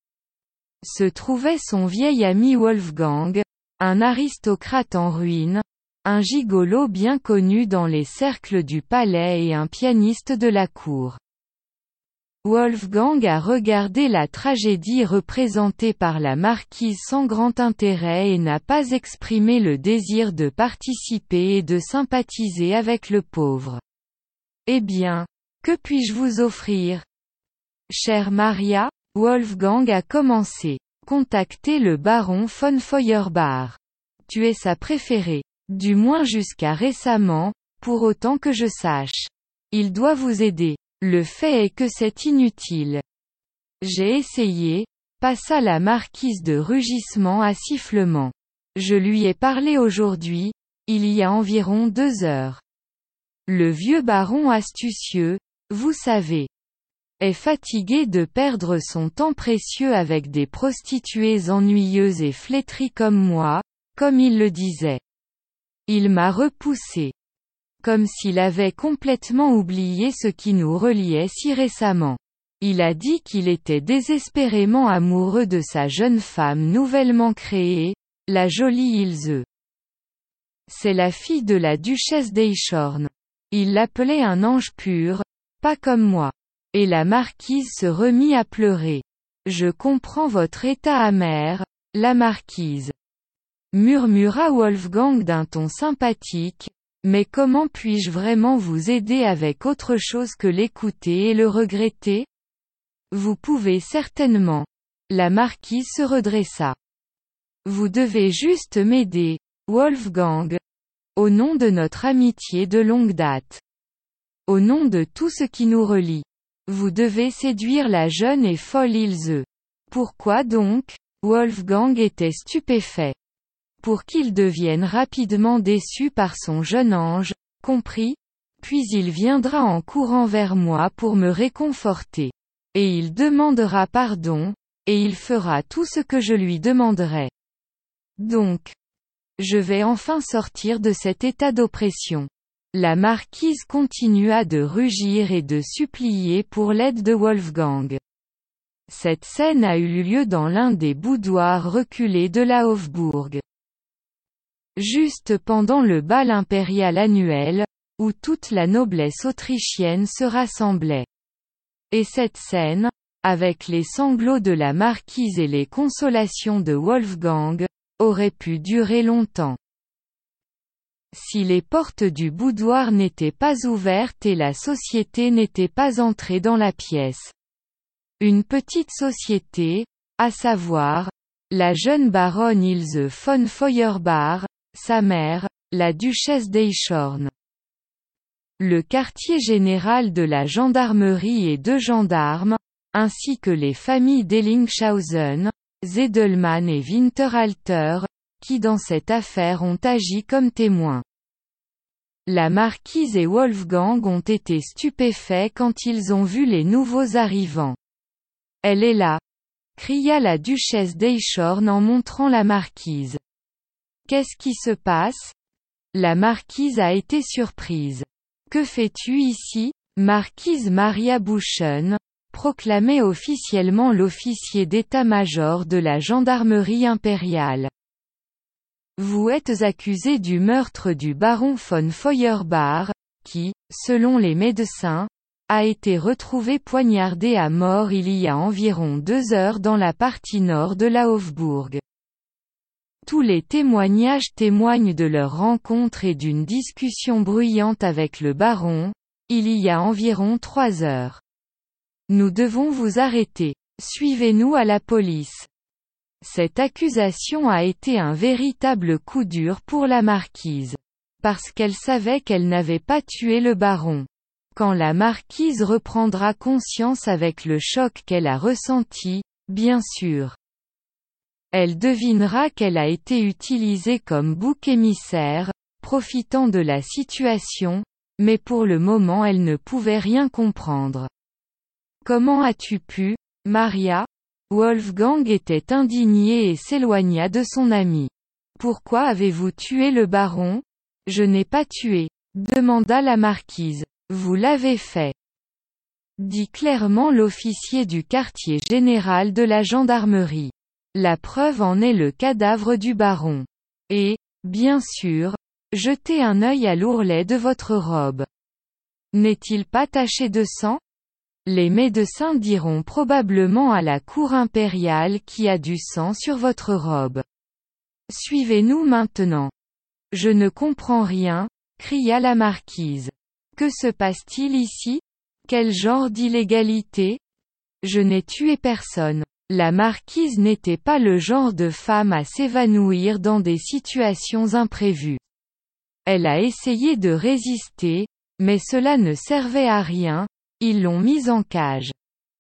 se trouvait son vieil ami Wolfgang, un aristocrate en ruine, un gigolo bien connu dans les cercles du palais et un pianiste de la cour. Wolfgang a regardé la tragédie représentée par la marquise sans grand intérêt et n'a pas exprimé le désir de participer et de sympathiser avec le pauvre. Eh bien, que puis-je vous offrir? Chère Maria, Wolfgang a commencé. Contactez le baron von Feuerbach. Tu es sa préférée. Du moins jusqu'à récemment, pour autant que je sache. Il doit vous aider. Le fait est que c'est inutile. J'ai essayé, passa la marquise de rugissement à sifflement. Je lui ai parlé aujourd'hui, il y a environ deux heures. Le vieux baron astucieux, vous savez, est fatigué de perdre son temps précieux avec des prostituées ennuyeuses et flétries comme moi, comme il le disait. Il m'a repoussé. Comme s'il avait complètement oublié ce qui nous reliait si récemment. Il a dit qu'il était désespérément amoureux de sa jeune femme nouvellement créée, la jolie Ilse. C'est la fille de la duchesse d'Eichhorn. Il l'appelait un ange pur, pas comme moi. Et la marquise se remit à pleurer. Je comprends votre état amer, la marquise, murmura Wolfgang d'un ton sympathique, mais comment puis-je vraiment vous aider avec autre chose que l'écouter et le regretter? Vous pouvez certainement. La marquise se redressa. Vous devez juste m'aider, Wolfgang. Au nom de notre amitié de longue date. Au nom de tout ce qui nous relie. Vous devez séduire la jeune et folle Ilse. Pourquoi donc? Wolfgang était stupéfait. Pour qu'il devienne rapidement déçu par son jeune ange, compris? Puis il viendra en courant vers moi pour me réconforter. Et il demandera pardon, et il fera tout ce que je lui demanderai. Donc, je vais enfin sortir de cet état d'oppression. La marquise continua de rugir et de supplier pour l'aide de Wolfgang. Cette scène a eu lieu dans l'un des boudoirs reculés de la Hofburg. Juste pendant le bal impérial annuel, où toute la noblesse autrichienne se rassemblait. Et cette scène, avec les sanglots de la marquise et les consolations de Wolfgang, aurait pu durer longtemps. Si les portes du boudoir n'étaient pas ouvertes et la société n'était pas entrée dans la pièce. Une petite société, à savoir, la jeune baronne Ilse von Feuerbach, sa mère, la duchesse d'Eichhorn. Le quartier général de la gendarmerie et deux gendarmes, ainsi que les familles d'Ellingshausen, Zedelmann et Winterhalter, qui dans cette affaire ont agi comme témoins. La marquise et Wolfgang ont été stupéfaits quand ils ont vu les nouveaux arrivants. « Elle est là !» cria la duchesse d'Eichhorn en montrant la marquise. « Qu'est-ce qui se passe ?» La marquise a été surprise. « Que fais-tu ici, marquise Maria Buchen ?» proclamait officiellement l'officier d'état-major de la gendarmerie impériale. Vous êtes accusé du meurtre du baron von Feuerbach, qui, selon les médecins, a été retrouvé poignardé à mort il y a environ deux heures dans la partie nord de la Hofburg. Tous les témoignages témoignent de leur rencontre et d'une discussion bruyante avec le baron, il y a environ trois heures. Nous devons vous arrêter. Suivez-nous à la police. Cette accusation a été un véritable coup dur pour la marquise. Parce qu'elle savait qu'elle n'avait pas tué le baron. Quand la marquise reprendra conscience avec le choc qu'elle a ressenti, bien sûr. Elle devinera qu'elle a été utilisée comme bouc émissaire, profitant de la situation, mais pour le moment elle ne pouvait rien comprendre. Comment as-tu pu, Maria ? Wolfgang était indigné et s'éloigna de son ami. Pourquoi avez-vous tué le baron ? Je n'ai pas tué, demanda la marquise. Vous l'avez fait, dit clairement l'officier du quartier général de la gendarmerie. La preuve en est le cadavre du baron. Et, bien sûr, jetez un œil à l'ourlet de votre robe. N'est-il pas taché de sang ? Les médecins diront probablement à la cour impériale qu'il y a du sang sur votre robe. Suivez-nous maintenant. Je ne comprends rien, cria la marquise. Que se passe-t-il ici ? Quel genre d'illégalité ? Je n'ai tué personne. La marquise n'était pas le genre de femme à s'évanouir dans des situations imprévues. Elle a essayé de résister, mais cela ne servait à rien, ils l'ont mise en cage.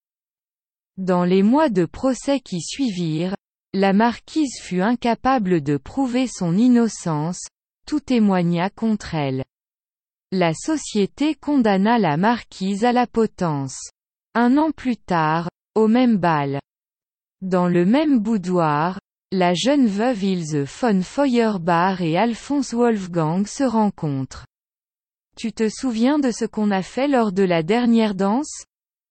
Dans les mois de procès qui suivirent, la marquise fut incapable de prouver son innocence, tout témoigna contre elle. La société condamna la marquise à la potence. Un an plus tard, au même bal. Dans le même boudoir, la jeune veuve Ilse von Feuerbach et Alphonse Wolfgang se rencontrent. Tu te souviens de ce qu'on a fait lors de la dernière danse ?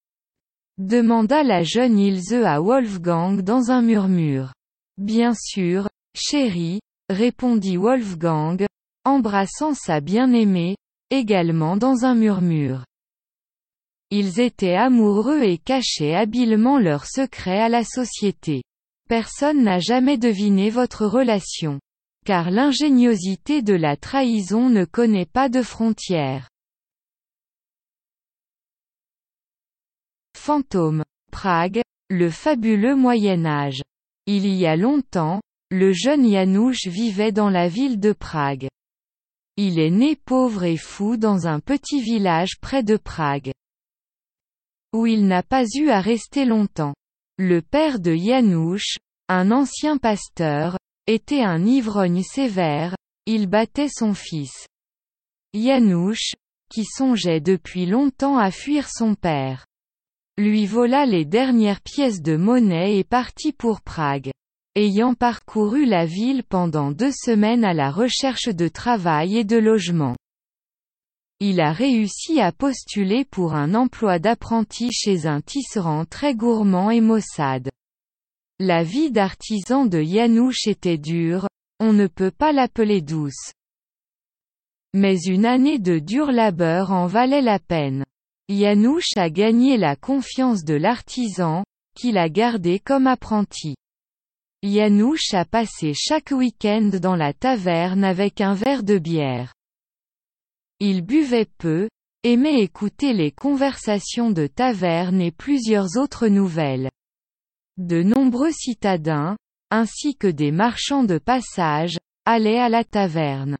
demanda la jeune Ilse à Wolfgang dans un murmure. Bien sûr, chérie, répondit Wolfgang, embrassant sa bien-aimée, également dans un murmure. Ils étaient amoureux et cachaient habilement leur secret à la société. Personne n'a jamais deviné votre relation. Car l'ingéniosité de la trahison ne connaît pas de frontières. Fantôme. Prague, le fabuleux Moyen-Âge. Il y a longtemps, le jeune Janusz vivait dans la ville de Prague. Il est né pauvre et fou dans un petit village près de Prague, où il n'a pas eu à rester longtemps. Le père de Janusz, un ancien pasteur, était un ivrogne sévère, il battait son fils. Janusz, qui songeait depuis longtemps à fuir son père, lui vola les dernières pièces de monnaie et partit pour Prague. ayant parcouru la ville pendant deux semaines à la recherche de travail et de logement. Il a réussi à postuler pour un emploi d'apprenti chez un tisserand très gourmand et maussade. La vie d'artisan de Yanouch était dure, on ne peut pas l'appeler douce. Mais une année de dur labeur en valait la peine. Yanouch a gagné la confiance de l'artisan, qu'il a gardé comme apprenti. Yanouch a passé chaque week-end dans la taverne avec un verre de bière. Il buvait peu, aimait écouter les conversations de taverne et plusieurs autres nouvelles. De nombreux citadins, ainsi que des marchands de passage, allaient à la taverne.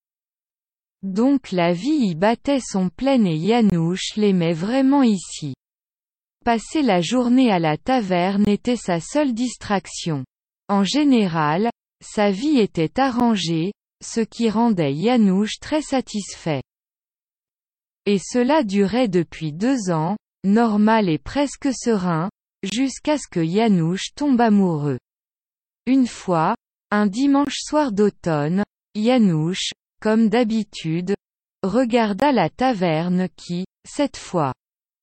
Donc la vie y battait son plein et Yanouch l'aimait vraiment ici. Passer la journée à la taverne était sa seule distraction. En général, sa vie était arrangée, ce qui rendait Yanouch très satisfait. Et cela durait depuis deux ans, normal et presque serein, jusqu'à ce que Yanouch tombe amoureux. Une fois, un dimanche soir d'automne, Yanouch, comme d'habitude, regarda la taverne qui, cette fois,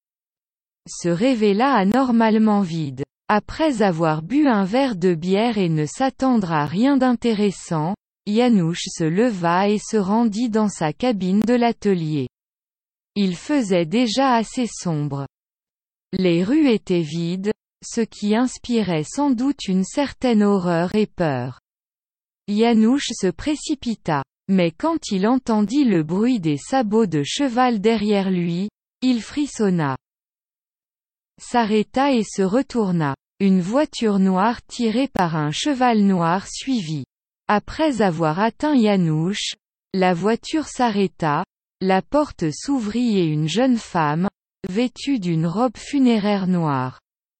se révéla anormalement vide. Après avoir bu un verre de bière et ne s'attendre à rien d'intéressant, Yanouch se leva et se rendit dans sa cabine de l'atelier. Il faisait déjà assez sombre. Les rues étaient vides, ce qui inspirait sans doute une certaine horreur et peur. Yanouch se précipita. Mais quand il entendit le bruit des sabots de cheval derrière lui, il frissonna. S'arrêta et se retourna. Une voiture noire tirée par un cheval noir suivit. Après avoir atteint Yanouch, la voiture s'arrêta, la porte s'ouvrit et une jeune femme, vêtue d'une robe funéraire noire,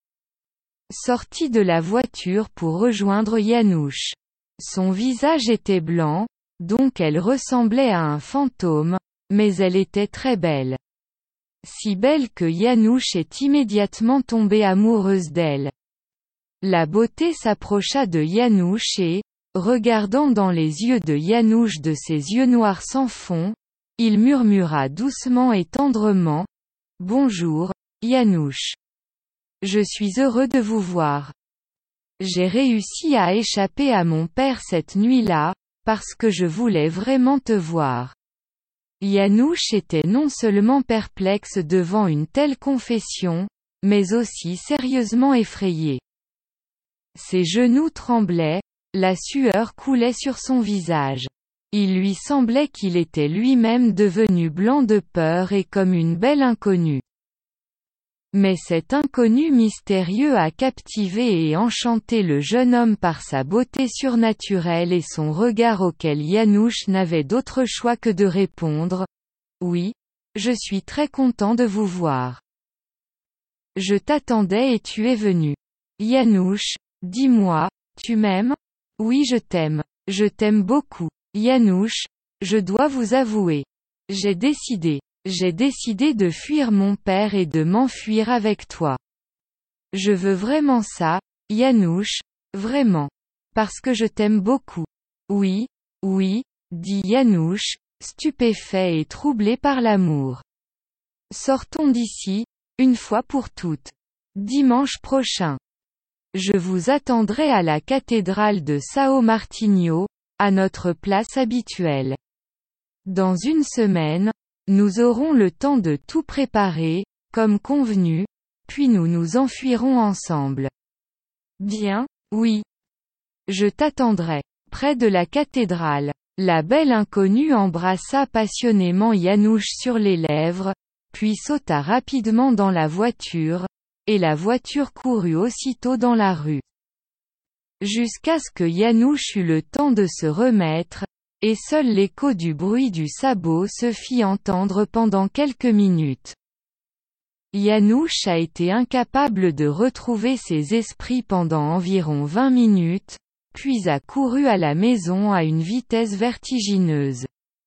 sortit de la voiture pour rejoindre Yanouch. Son visage était blanc, donc elle ressemblait à un fantôme, mais elle était très belle. Si belle que Yanouch est immédiatement tombée amoureuse d'elle. La beauté s'approcha de Yanouch et, regardant dans les yeux de Yanouch de ses yeux noirs sans fond, il murmura doucement et tendrement, « Bonjour, Yanouch. Je suis heureux de vous voir. J'ai réussi à échapper à mon père cette nuit-là, parce que je voulais vraiment te voir. » Yanouch était non seulement perplexe devant une telle confession, mais aussi sérieusement effrayé. Ses genoux tremblaient, la sueur coulait sur son visage. Il lui semblait qu'il était lui-même devenu blanc de peur et comme une belle inconnue. Mais cet inconnu mystérieux a captivé et enchanté le jeune homme par sa beauté surnaturelle et son regard auquel Yanouch n'avait d'autre choix que de répondre « Oui, je suis très content de vous voir. Je t'attendais et tu es venu. Yanouch, dis-moi, tu m'aimes ? Oui, je t'aime. Je t'aime beaucoup. Yanouch, je dois vous avouer. J'ai décidé. J'ai décidé de fuir mon père et de m'enfuir avec toi. Je veux vraiment ça, Yanouch, vraiment. Parce que je t'aime beaucoup. Oui, oui, dit Yanouch, stupéfait et troublé par l'amour. Sortons d'ici, une fois pour toutes. Dimanche prochain. Je vous attendrai à la cathédrale de São Martinho, à notre place habituelle. Dans une semaine, nous aurons le temps de tout préparer, comme convenu, puis nous nous enfuirons ensemble. Bien, oui. Je t'attendrai. Près de la cathédrale. La belle inconnue embrassa passionnément Yanouch sur les lèvres, puis sauta rapidement dans la voiture, et la voiture courut aussitôt dans la rue. Jusqu'à ce que Yanouch eut le temps de se remettre, et seul l'écho du bruit du sabot se fit entendre pendant quelques minutes. Yanouch a été incapable de retrouver ses esprits pendant environ vingt minutes, puis a couru à la maison à une vitesse vertigineuse.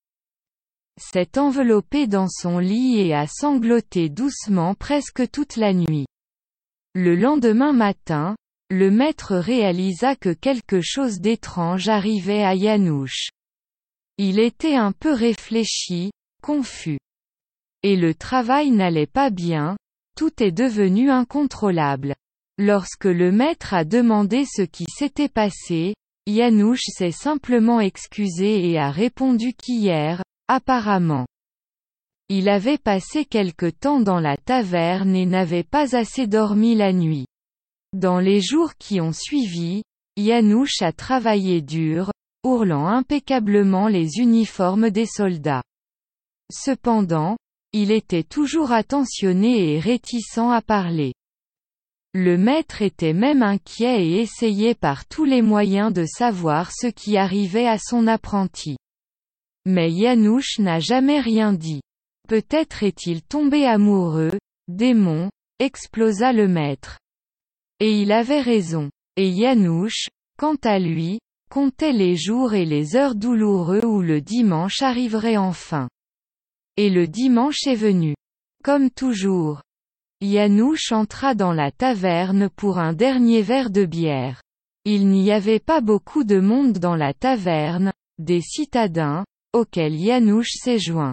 S'est enveloppé dans son lit et a sangloté doucement presque toute la nuit. Le lendemain matin, le maître réalisa que quelque chose d'étrange arrivait à Yanouch. Il était un peu réfléchi, confus. Et le travail n'allait pas bien, tout est devenu incontrôlable. Lorsque le maître a demandé ce qui s'était passé, Yanouch s'est simplement excusé et a répondu qu'hier, apparemment, il avait passé quelque temps dans la taverne et n'avait pas assez dormi la nuit. Dans les jours qui ont suivi, Yanouch a travaillé dur, ourlant impeccablement les uniformes des soldats. Cependant, il était toujours attentionné et réticent à parler. Le maître était même inquiet et essayait par tous les moyens de savoir ce qui arrivait à son apprenti. Mais Yanouch n'a jamais rien dit. Peut-être est-il tombé amoureux, démon, explosa le maître. Et il avait raison. Et Yanouch, quant à lui, comptait les jours et les heures douloureux où le dimanche arriverait enfin. Et le dimanche est venu. Comme toujours. Yanouch entra dans la taverne pour un dernier verre de bière. Il n'y avait pas beaucoup de monde dans la taverne, des citadins, auxquels Yanouch s'est joint.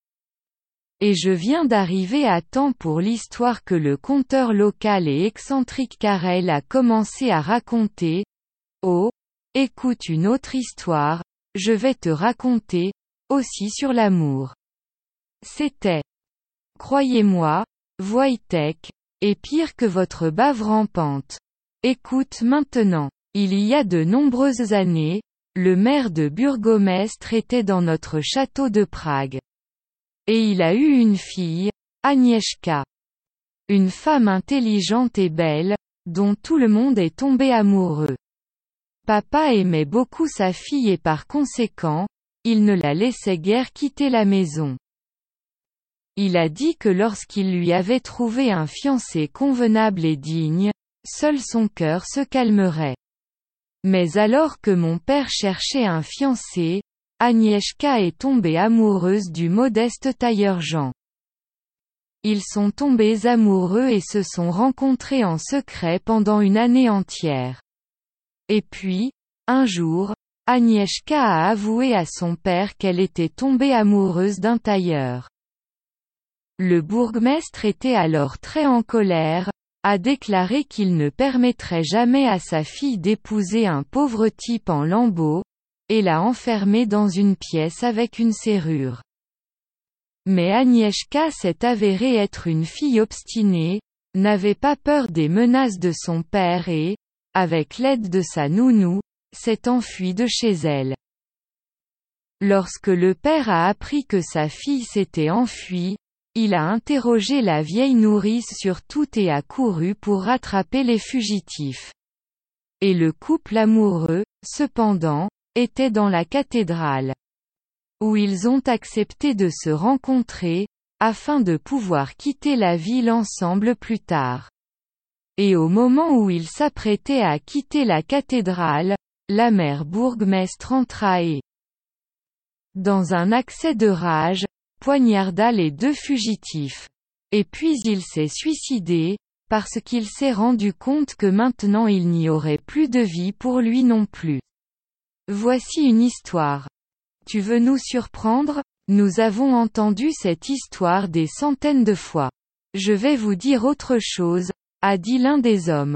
Et je viens d'arriver à temps pour l'histoire que le conteur local et excentrique Karel a commencé à raconter. Oh, écoute une autre histoire, je vais te raconter, aussi sur l'amour. C'était, croyez-moi, Wojtek, et pire que votre bave rampante. Écoute maintenant. Il y a de nombreuses années, le maire de Burgomestre était dans notre château de Prague. Et il a eu une fille, Agnieszka. Une femme intelligente et belle, dont tout le monde est tombé amoureux. Papa aimait beaucoup sa fille et par conséquent, il ne la laissait guère quitter la maison. Il a dit que lorsqu'il lui avait trouvé un fiancé convenable et digne, seul son cœur se calmerait. Mais alors que mon père cherchait un fiancé, Agnieszka est tombée amoureuse du modeste tailleur Jean. Ils sont tombés amoureux et se sont rencontrés en secret pendant une année entière. Et puis, un jour, Agnieszka a avoué à son père qu'elle était tombée amoureuse d'un tailleur. Le bourgmestre était alors très en colère, a déclaré qu'il ne permettrait jamais à sa fille d'épouser un pauvre type en lambeaux, et l'a enfermée dans une pièce avec une serrure. Mais Agnieszka s'est avérée être une fille obstinée, n'avait pas peur des menaces de son père et, avec l'aide de sa nounou, s'est enfuie de chez elle. Lorsque le père a appris que sa fille s'était enfuie, il a interrogé la vieille nourrice sur tout et a couru pour rattraper les fugitifs. Et le couple amoureux, cependant, était dans la cathédrale, où ils ont accepté de se rencontrer, afin de pouvoir quitter la ville ensemble plus tard. Et au moment où ils s'apprêtaient à quitter la cathédrale, la mère bourgmestre entra et, dans un accès de rage, poignarda les deux fugitifs. Et puis il s'est suicidé, parce qu'il s'est rendu compte que maintenant il n'y aurait plus de vie pour lui non plus. Voici une histoire. Tu veux nous surprendre? Nous avons entendu cette histoire des centaines de fois. Je vais vous dire autre chose, a dit l'un des hommes.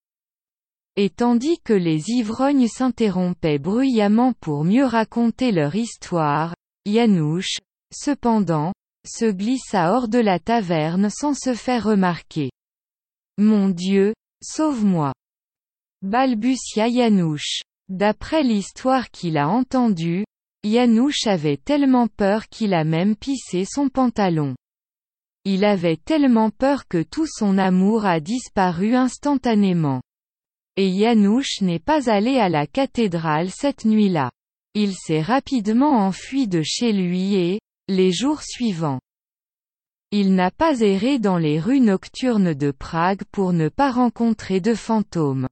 Et tandis que les ivrognes s'interrompaient bruyamment pour mieux raconter leur histoire, Yanouch, cependant, se glissa hors de la taverne sans se faire remarquer. Mon Dieu, sauve-moi! Balbutia Yanouch. D'après l'histoire qu'il a entendue, Yanouch avait tellement peur qu'il a même pissé son pantalon. Il avait tellement peur que tout son amour a disparu instantanément. Et Yanouch n'est pas allé à la cathédrale cette nuit-là. Il s'est rapidement enfui de chez lui et, les jours suivants, il n'a pas erré dans les rues nocturnes de Prague pour ne pas rencontrer de fantômes.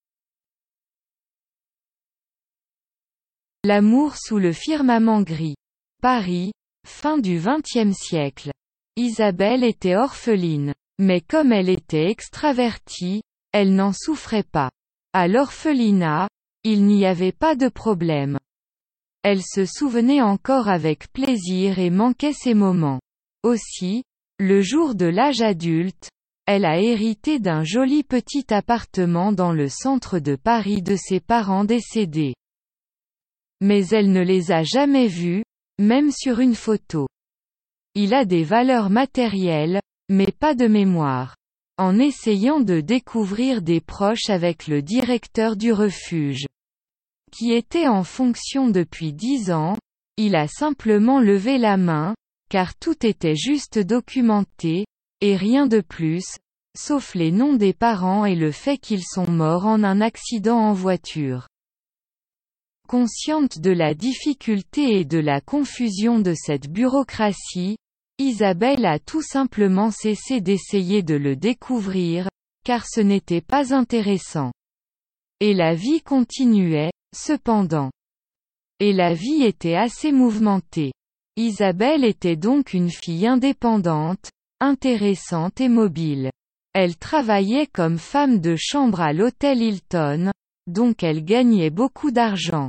L'amour sous le firmament gris. Paris, fin du vingtième siècle. Isabelle était orpheline. Mais comme elle était extravertie, elle n'en souffrait pas. À l'orphelinat, il n'y avait pas de problème. Elle se souvenait encore avec plaisir et manquait ces moments. Aussi, le jour de l'âge adulte, elle a hérité d'un joli petit appartement dans le centre de Paris de ses parents décédés. Mais elle ne les a jamais vus, même sur une photo. Il a des valeurs matérielles, mais pas de mémoire. En essayant de découvrir des proches avec le directeur du refuge, qui était en fonction depuis dix ans, il a simplement levé la main, car tout était juste documenté, et rien de plus, sauf les noms des parents et le fait qu'ils sont morts en un accident en voiture. Consciente de la difficulté et de la confusion de cette bureaucratie, Isabelle a tout simplement cessé d'essayer de le découvrir, car ce n'était pas intéressant. Et la vie continuait, cependant. Et la vie était assez mouvementée. Isabelle était donc une fille indépendante, intéressante et mobile. Elle travaillait comme femme de chambre à l'hôtel Hilton, donc elle gagnait beaucoup d'argent.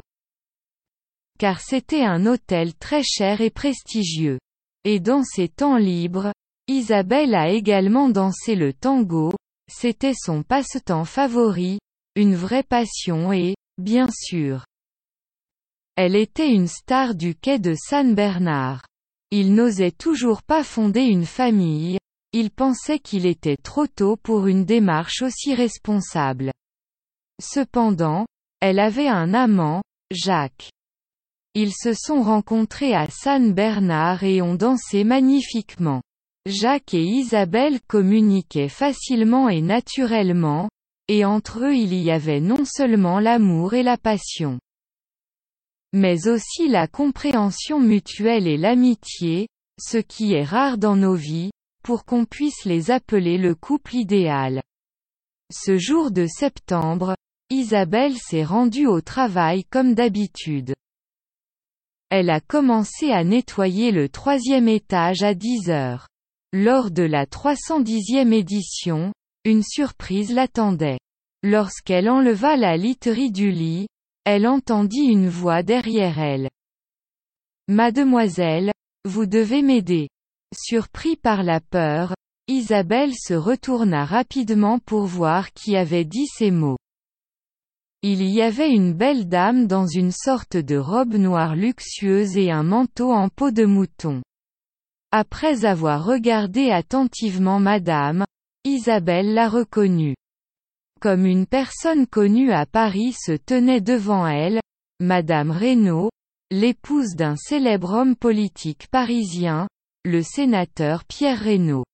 Car c'était un hôtel très cher et prestigieux. Et dans ses temps libres, Isabelle a également dansé le tango, c'était son passe-temps favori, une vraie passion et, bien sûr, elle était une star du quai de San Bernard. Il n'osait toujours pas fonder une famille, il pensait qu'il était trop tôt pour une démarche aussi responsable. Cependant, elle avait un amant, Jacques. Ils se sont rencontrés à San Bernard et ont dansé magnifiquement. Jacques et Isabelle communiquaient facilement et naturellement, et entre eux il y avait non seulement l'amour et la passion, mais aussi la compréhension mutuelle et l'amitié, ce qui est rare dans nos vies, pour qu'on puisse les appeler le couple idéal. Ce jour de septembre, Isabelle s'est rendue au travail comme d'habitude. Elle a commencé à nettoyer le troisième étage à dix heures. Lors de la trois cent dixième édition, une surprise l'attendait. Lorsqu'elle enleva la literie du lit, elle entendit une voix derrière elle. « Mademoiselle, vous devez m'aider. » Surpris par la peur, Isabelle se retourna rapidement pour voir qui avait dit ces mots. Il y avait une belle dame dans une sorte de robe noire luxueuse et un manteau en peau de mouton. Après avoir regardé attentivement madame, Isabelle l'a reconnue. Comme une personne connue à Paris se tenait devant elle, madame Reynaud, l'épouse d'un célèbre homme politique parisien, le sénateur Pierre Reynaud.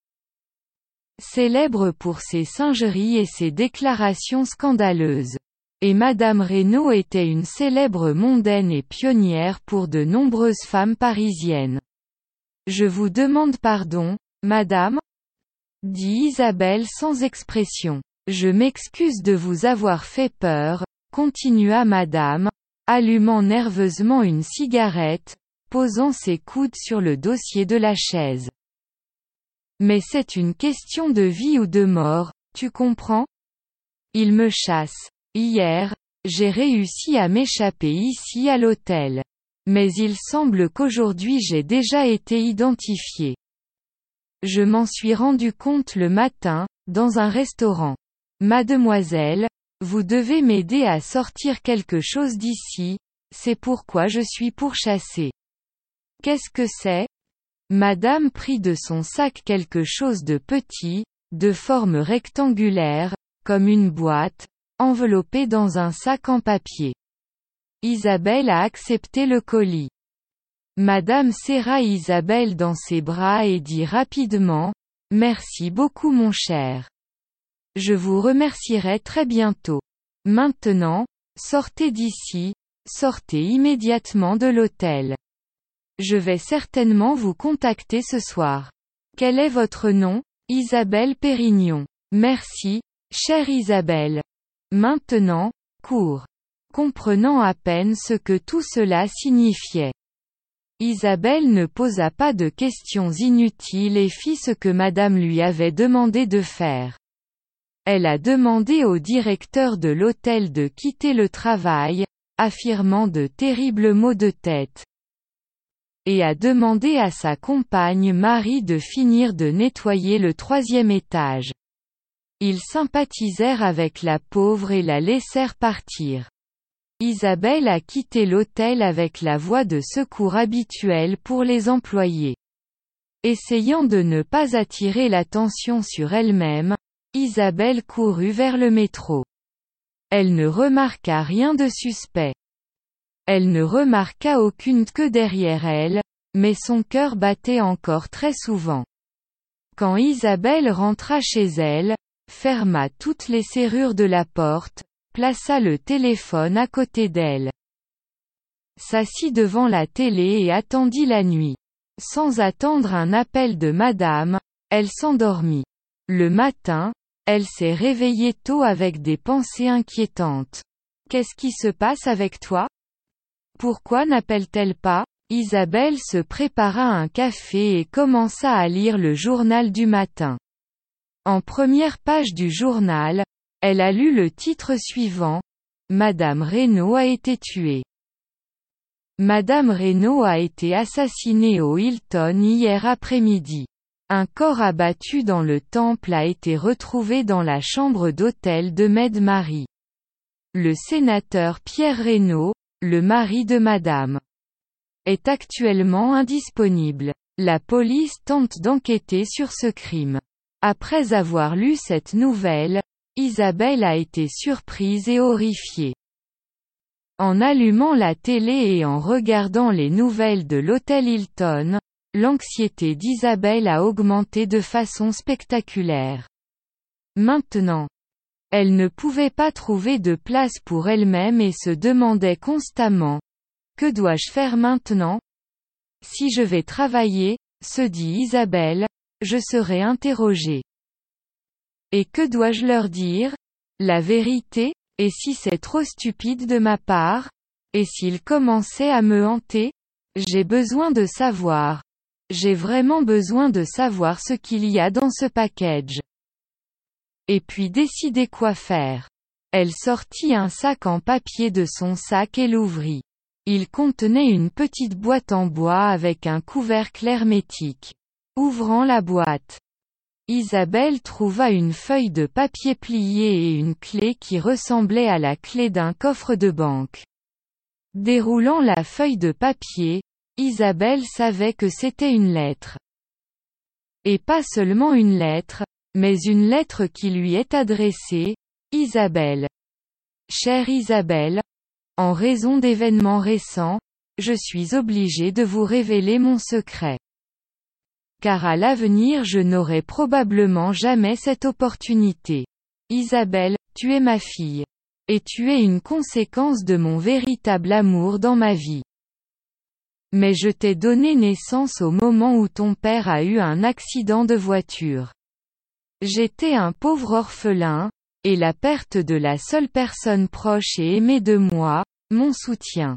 Célèbre pour ses singeries et ses déclarations scandaleuses. Et madame Reynaud était une célèbre mondaine et pionnière pour de nombreuses femmes parisiennes. « Je vous demande pardon, madame ?» dit Isabelle sans expression. « Je m'excuse de vous avoir fait peur », continua madame, allumant nerveusement une cigarette, posant ses coudes sur le dossier de la chaise. « Mais c'est une question de vie ou de mort, tu comprends ? Il me chasse. Hier, j'ai réussi à m'échapper ici à l'hôtel. Mais il semble qu'aujourd'hui j'ai déjà été identifié. Je m'en suis rendu compte le matin, dans un restaurant. Mademoiselle, vous devez m'aider à sortir quelque chose d'ici, c'est pourquoi je suis pourchassée. Qu'est-ce que c'est ? Madame prit de son sac quelque chose de petit, de forme rectangulaire, comme une boîte, enveloppée dans un sac en papier. Isabelle a accepté le colis. Madame serra Isabelle dans ses bras et dit rapidement, « Merci beaucoup mon cher. Je vous remercierai très bientôt. Maintenant, sortez d'ici, sortez immédiatement de l'hôtel. Je vais certainement vous contacter ce soir. Quel est votre nom ? Isabelle Pérignon. Merci, chère Isabelle. Maintenant, cours. » Comprenant à peine ce que tout cela signifiait. Isabelle ne posa pas de questions inutiles et fit ce que madame lui avait demandé de faire. Elle a demandé au directeur de l'hôtel de quitter le travail, affirmant de terribles maux de tête. Et a demandé à sa compagne Marie de finir de nettoyer le troisième étage. Ils sympathisèrent avec la pauvre et la laissèrent partir. Isabelle a quitté l'hôtel avec la voix de secours habituelle pour les employés. Essayant de ne pas attirer l'attention sur elle-même, Isabelle courut vers le métro. Elle ne remarqua rien de suspect. Elle ne remarqua aucune queue derrière elle, mais son cœur battait encore très souvent. Quand Isabelle rentra chez elle, ferma toutes les serrures de la porte, plaça le téléphone à côté d'elle. S'assit devant la télé et attendit la nuit. Sans attendre un appel de madame, elle s'endormit. Le matin, elle s'est réveillée tôt avec des pensées inquiétantes. Qu'est-ce qui se passe avec toi? Pourquoi n'appelle-t-elle pas? Isabelle se prépara un café et commença à lire le journal du matin. En première page du journal, elle a lu le titre suivant: Madame Reynaud a été tuée. Madame Reynaud a été assassinée au Hilton hier après-midi. Un corps abattu dans le temple a été retrouvé dans la chambre d'hôtel de Maid Marie. Le sénateur Pierre Reynaud, le mari de Madame, est actuellement indisponible. La police tente d'enquêter sur ce crime. Après avoir lu cette nouvelle, Isabelle a été surprise et horrifiée. En allumant la télé et en regardant les nouvelles de l'hôtel Hilton, l'anxiété d'Isabelle a augmenté de façon spectaculaire. Maintenant, elle ne pouvait pas trouver de place pour elle-même et se demandait constamment: que dois-je faire maintenant? Si je vais travailler, se dit Isabelle, je serai interrogée. Et que dois-je leur dire? La vérité? Et si c'est trop stupide de ma part? Et s'il commençait à me hanter? J'ai besoin de savoir. J'ai vraiment besoin de savoir ce qu'il y a dans ce package. Et puis décider quoi faire. Elle sortit un sac en papier de son sac et l'ouvrit. Il contenait une petite boîte en bois avec un couvercle hermétique. Ouvrant la boîte, Isabelle trouva une feuille de papier pliée et une clé qui ressemblait à la clé d'un coffre de banque. Déroulant la feuille de papier, Isabelle savait que c'était une lettre. Et pas seulement une lettre, mais une lettre qui lui est adressée: Isabelle. Chère Isabelle, en raison d'événements récents, je suis obligée de vous révéler mon secret. Car à l'avenir je n'aurai probablement jamais cette opportunité. Isabelle, tu es ma fille. Et tu es une conséquence de mon véritable amour dans ma vie. Mais je t'ai donné naissance au moment où ton père a eu un accident de voiture. J'étais un pauvre orphelin, et la perte de la seule personne proche et aimée de moi, mon soutien,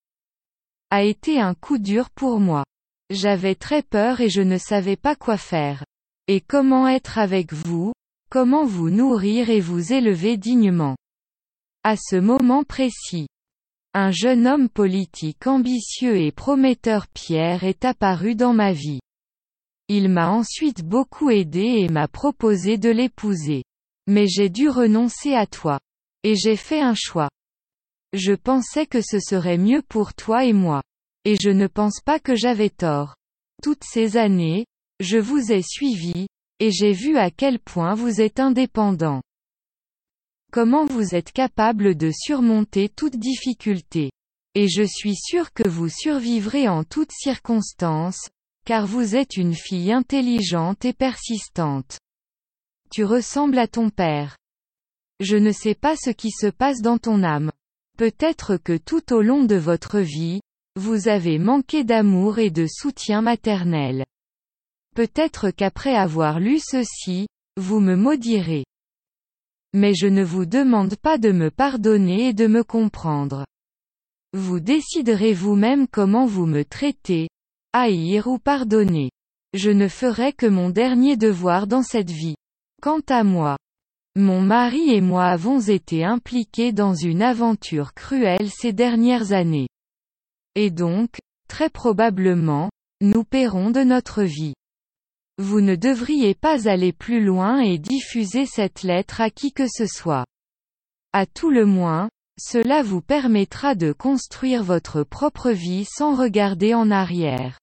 a été un coup dur pour moi. J'avais très peur et je ne savais pas quoi faire. Et comment être avec vous, comment vous nourrir et vous élever dignement. À ce moment précis, un jeune homme politique ambitieux et prometteur, Pierre, est apparu dans ma vie. Il m'a ensuite beaucoup aidé et m'a proposé de l'épouser. Mais j'ai dû renoncer à toi. Et j'ai fait un choix. Je pensais que ce serait mieux pour toi et moi. Et je ne pense pas que j'avais tort. Toutes ces années, je vous ai suivi, et j'ai vu à quel point vous êtes indépendant. Comment vous êtes capable de surmonter toute difficulté. Et je suis sûre que vous survivrez en toutes circonstances, car vous êtes une fille intelligente et persistante. Tu ressembles à ton père. Je ne sais pas ce qui se passe dans ton âme. Peut-être que tout au long de votre vie, vous avez manqué d'amour et de soutien maternel. Peut-être qu'après avoir lu ceci, vous me maudirez. Mais je ne vous demande pas de me pardonner et de me comprendre. Vous déciderez vous-même comment vous me traitez, haïr ou pardonner. Je ne ferai que mon dernier devoir dans cette vie. Quant à moi, Mon mari et moi avons été impliqués dans une aventure cruelle ces dernières années. Et donc, très probablement, nous paierons de notre vie. Vous ne devriez pas aller plus loin et diffuser cette lettre à qui que ce soit. À tout le moins, cela vous permettra de construire votre propre vie sans regarder en arrière.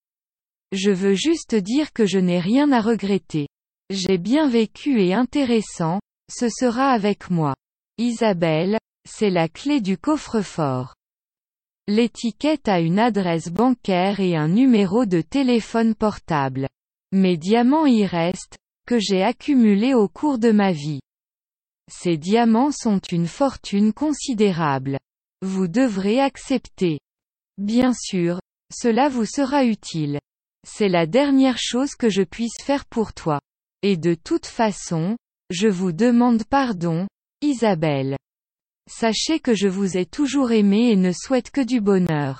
Je veux juste dire que je n'ai rien à regretter. J'ai bien vécu et intéressant, ce sera avec moi. Isabelle, c'est la clé du coffre-fort. L'étiquette a une adresse bancaire et un numéro de téléphone portable. Mes diamants y restent, que j'ai accumulés au cours de ma vie. Ces diamants sont une fortune considérable. Vous devrez accepter. Bien sûr, cela vous sera utile. C'est la dernière chose que je puisse faire pour toi. Et de toute façon, je vous demande pardon, Isabelle. Sachez que je vous ai toujours aimé et ne souhaite que du bonheur.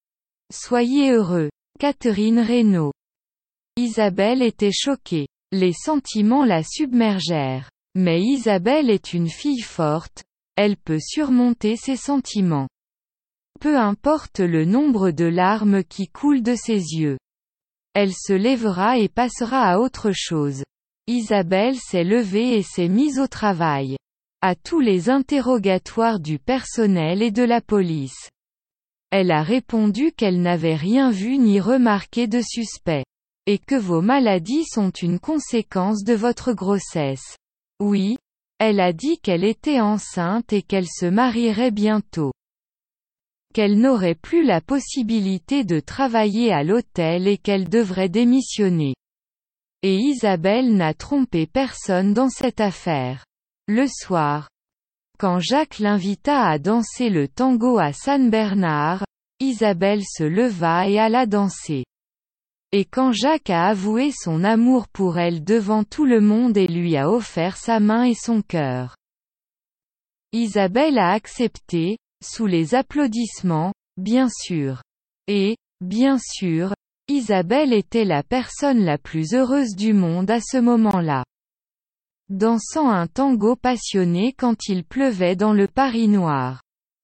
Soyez heureux. Catherine Reynaud. Isabelle était choquée. Les sentiments la submergèrent. Mais Isabelle est une fille forte, elle peut surmonter ses sentiments. Peu importe le nombre de larmes qui coulent de ses yeux. Elle se lèvera et passera à autre chose. Isabelle s'est levée et s'est mise au travail. À tous les interrogatoires du personnel et de la police. Elle a répondu qu'elle n'avait rien vu ni remarqué de suspect. Et que vos maladies sont une conséquence de votre grossesse. Oui, elle a dit qu'elle était enceinte et qu'elle se marierait bientôt. Qu'elle n'aurait plus la possibilité de travailler à l'hôtel et qu'elle devrait démissionner. Et Isabelle n'a trompé personne dans cette affaire. Le soir, quand Jacques l'invita à danser le tango à San Bernard, Isabelle se leva et alla danser. Et quand Jacques a avoué son amour pour elle devant tout le monde et lui a offert sa main et son cœur, Isabelle a accepté, sous les applaudissements, bien sûr. Et, bien sûr, Isabelle était la personne la plus heureuse du monde à ce moment-là. Dansant un tango passionné quand il pleuvait dans le Paris noir.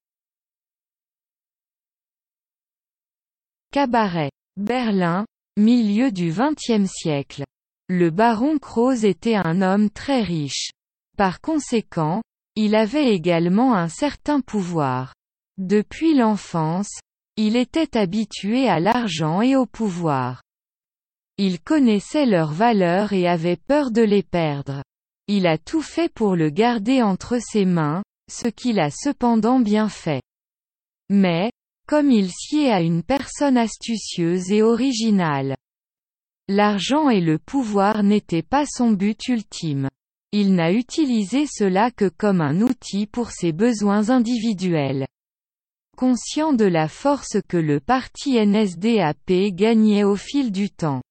Cabaret. Berlin. Milieu du vingtième siècle. Le baron Kroes était un homme très riche. Par conséquent, il avait également un certain pouvoir. Depuis l'enfance, il était habitué à l'argent et au pouvoir. Il connaissait leurs valeurs et avait peur de les perdre. Il a tout fait pour le garder entre ses mains, ce qu'il a cependant bien fait. Mais, comme il sied à une personne astucieuse et originale. L'argent et le pouvoir n'étaient pas son but ultime. Il n'a utilisé cela que comme un outil pour ses besoins individuels. Conscient de la force que le parti N S D A P gagnait au fil du temps.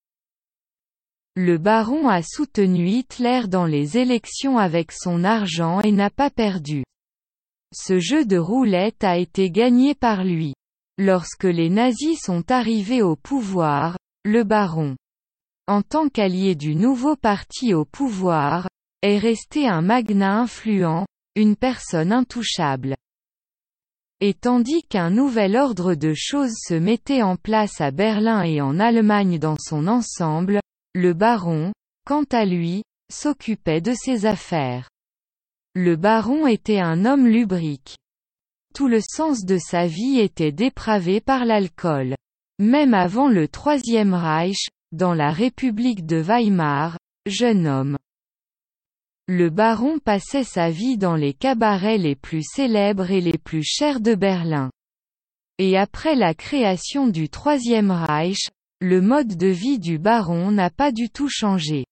Le baron a soutenu Hitler dans les élections avec son argent et n'a pas perdu. Ce jeu de roulette a été gagné par lui. Lorsque les nazis sont arrivés au pouvoir, le baron, en tant qu'allié du nouveau parti au pouvoir, est resté un magnat influent, une personne intouchable. Et tandis qu'un nouvel ordre de choses se mettait en place à Berlin et en Allemagne dans son ensemble, le baron, quant à lui, s'occupait de ses affaires. Le baron était un homme lubrique. Tout le sens de sa vie était dépravé par l'alcool. Même avant le Troisième Reich, dans la République de Weimar, jeune homme. Le baron passait sa vie dans les cabarets les plus célèbres et les plus chers de Berlin. Et après la création du Troisième Reich, le mode de vie du baron n'a pas du tout changé.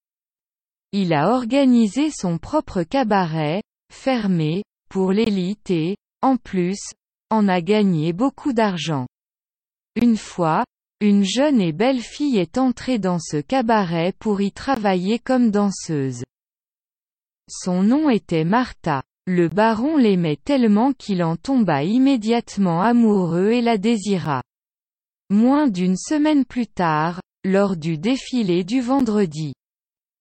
Il a organisé son propre cabaret, fermé, pour l'élite et, en plus, en a gagné beaucoup d'argent. Une fois, une jeune et belle fille est entrée dans ce cabaret pour y travailler comme danseuse. Son nom était Martha. Le baron l'aimait tellement qu'il en tomba immédiatement amoureux et la désira. Moins d'une semaine plus tard, lors du défilé du vendredi.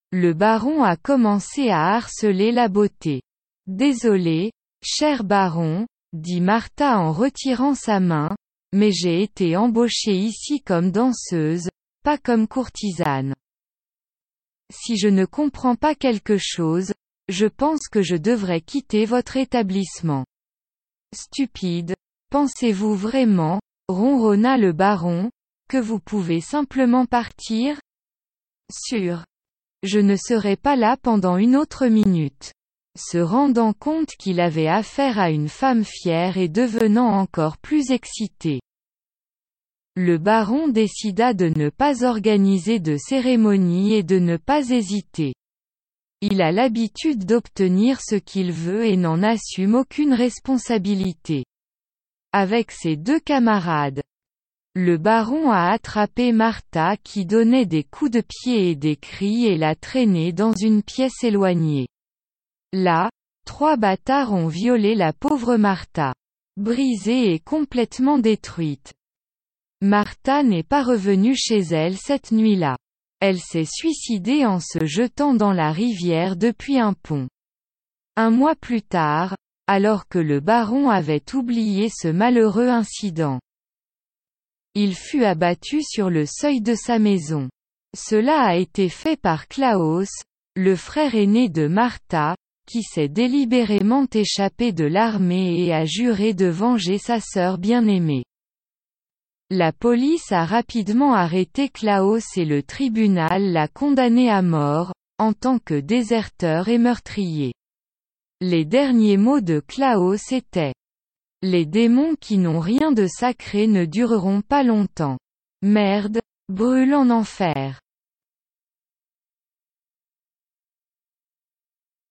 Le baron a commencé à harceler la beauté. Désolé, cher baron, dit Martha en retirant sa main, mais j'ai été embauchée ici comme danseuse, pas comme courtisane. Si je ne comprends pas quelque chose, je pense que je devrais quitter votre établissement. Stupide, pensez-vous vraiment, ronronna le baron, que vous pouvez simplement partir? Sûr. Je ne serai pas là pendant une autre minute. Se rendant compte qu'il avait affaire à une femme fière et devenant encore plus excité. Le baron décida de ne pas organiser de cérémonie et de ne pas hésiter. Il a l'habitude d'obtenir ce qu'il veut et n'en assume aucune responsabilité. Avec ses deux camarades, le baron a attrapé Martha qui donnait des coups de pied et des cris et l'a traînée dans une pièce éloignée. Là, trois bâtards ont violé la pauvre Martha. Brisée et complètement détruite. Martha n'est pas revenue chez elle cette nuit-là. Elle s'est suicidée en se jetant dans la rivière depuis un pont. Un mois plus tard, alors que le baron avait oublié ce malheureux incident, il fut abattu sur le seuil de sa maison. Cela a été fait par Klaus, le frère aîné de Martha, qui s'est délibérément échappé de l'armée et a juré de venger sa sœur bien-aimée. La police a rapidement arrêté Klaus et le tribunal l'a condamné à mort, en tant que déserteur et meurtrier. Les derniers mots de Klaus étaient: les démons qui n'ont rien de sacré ne dureront pas longtemps. Merde, brûle en enfer.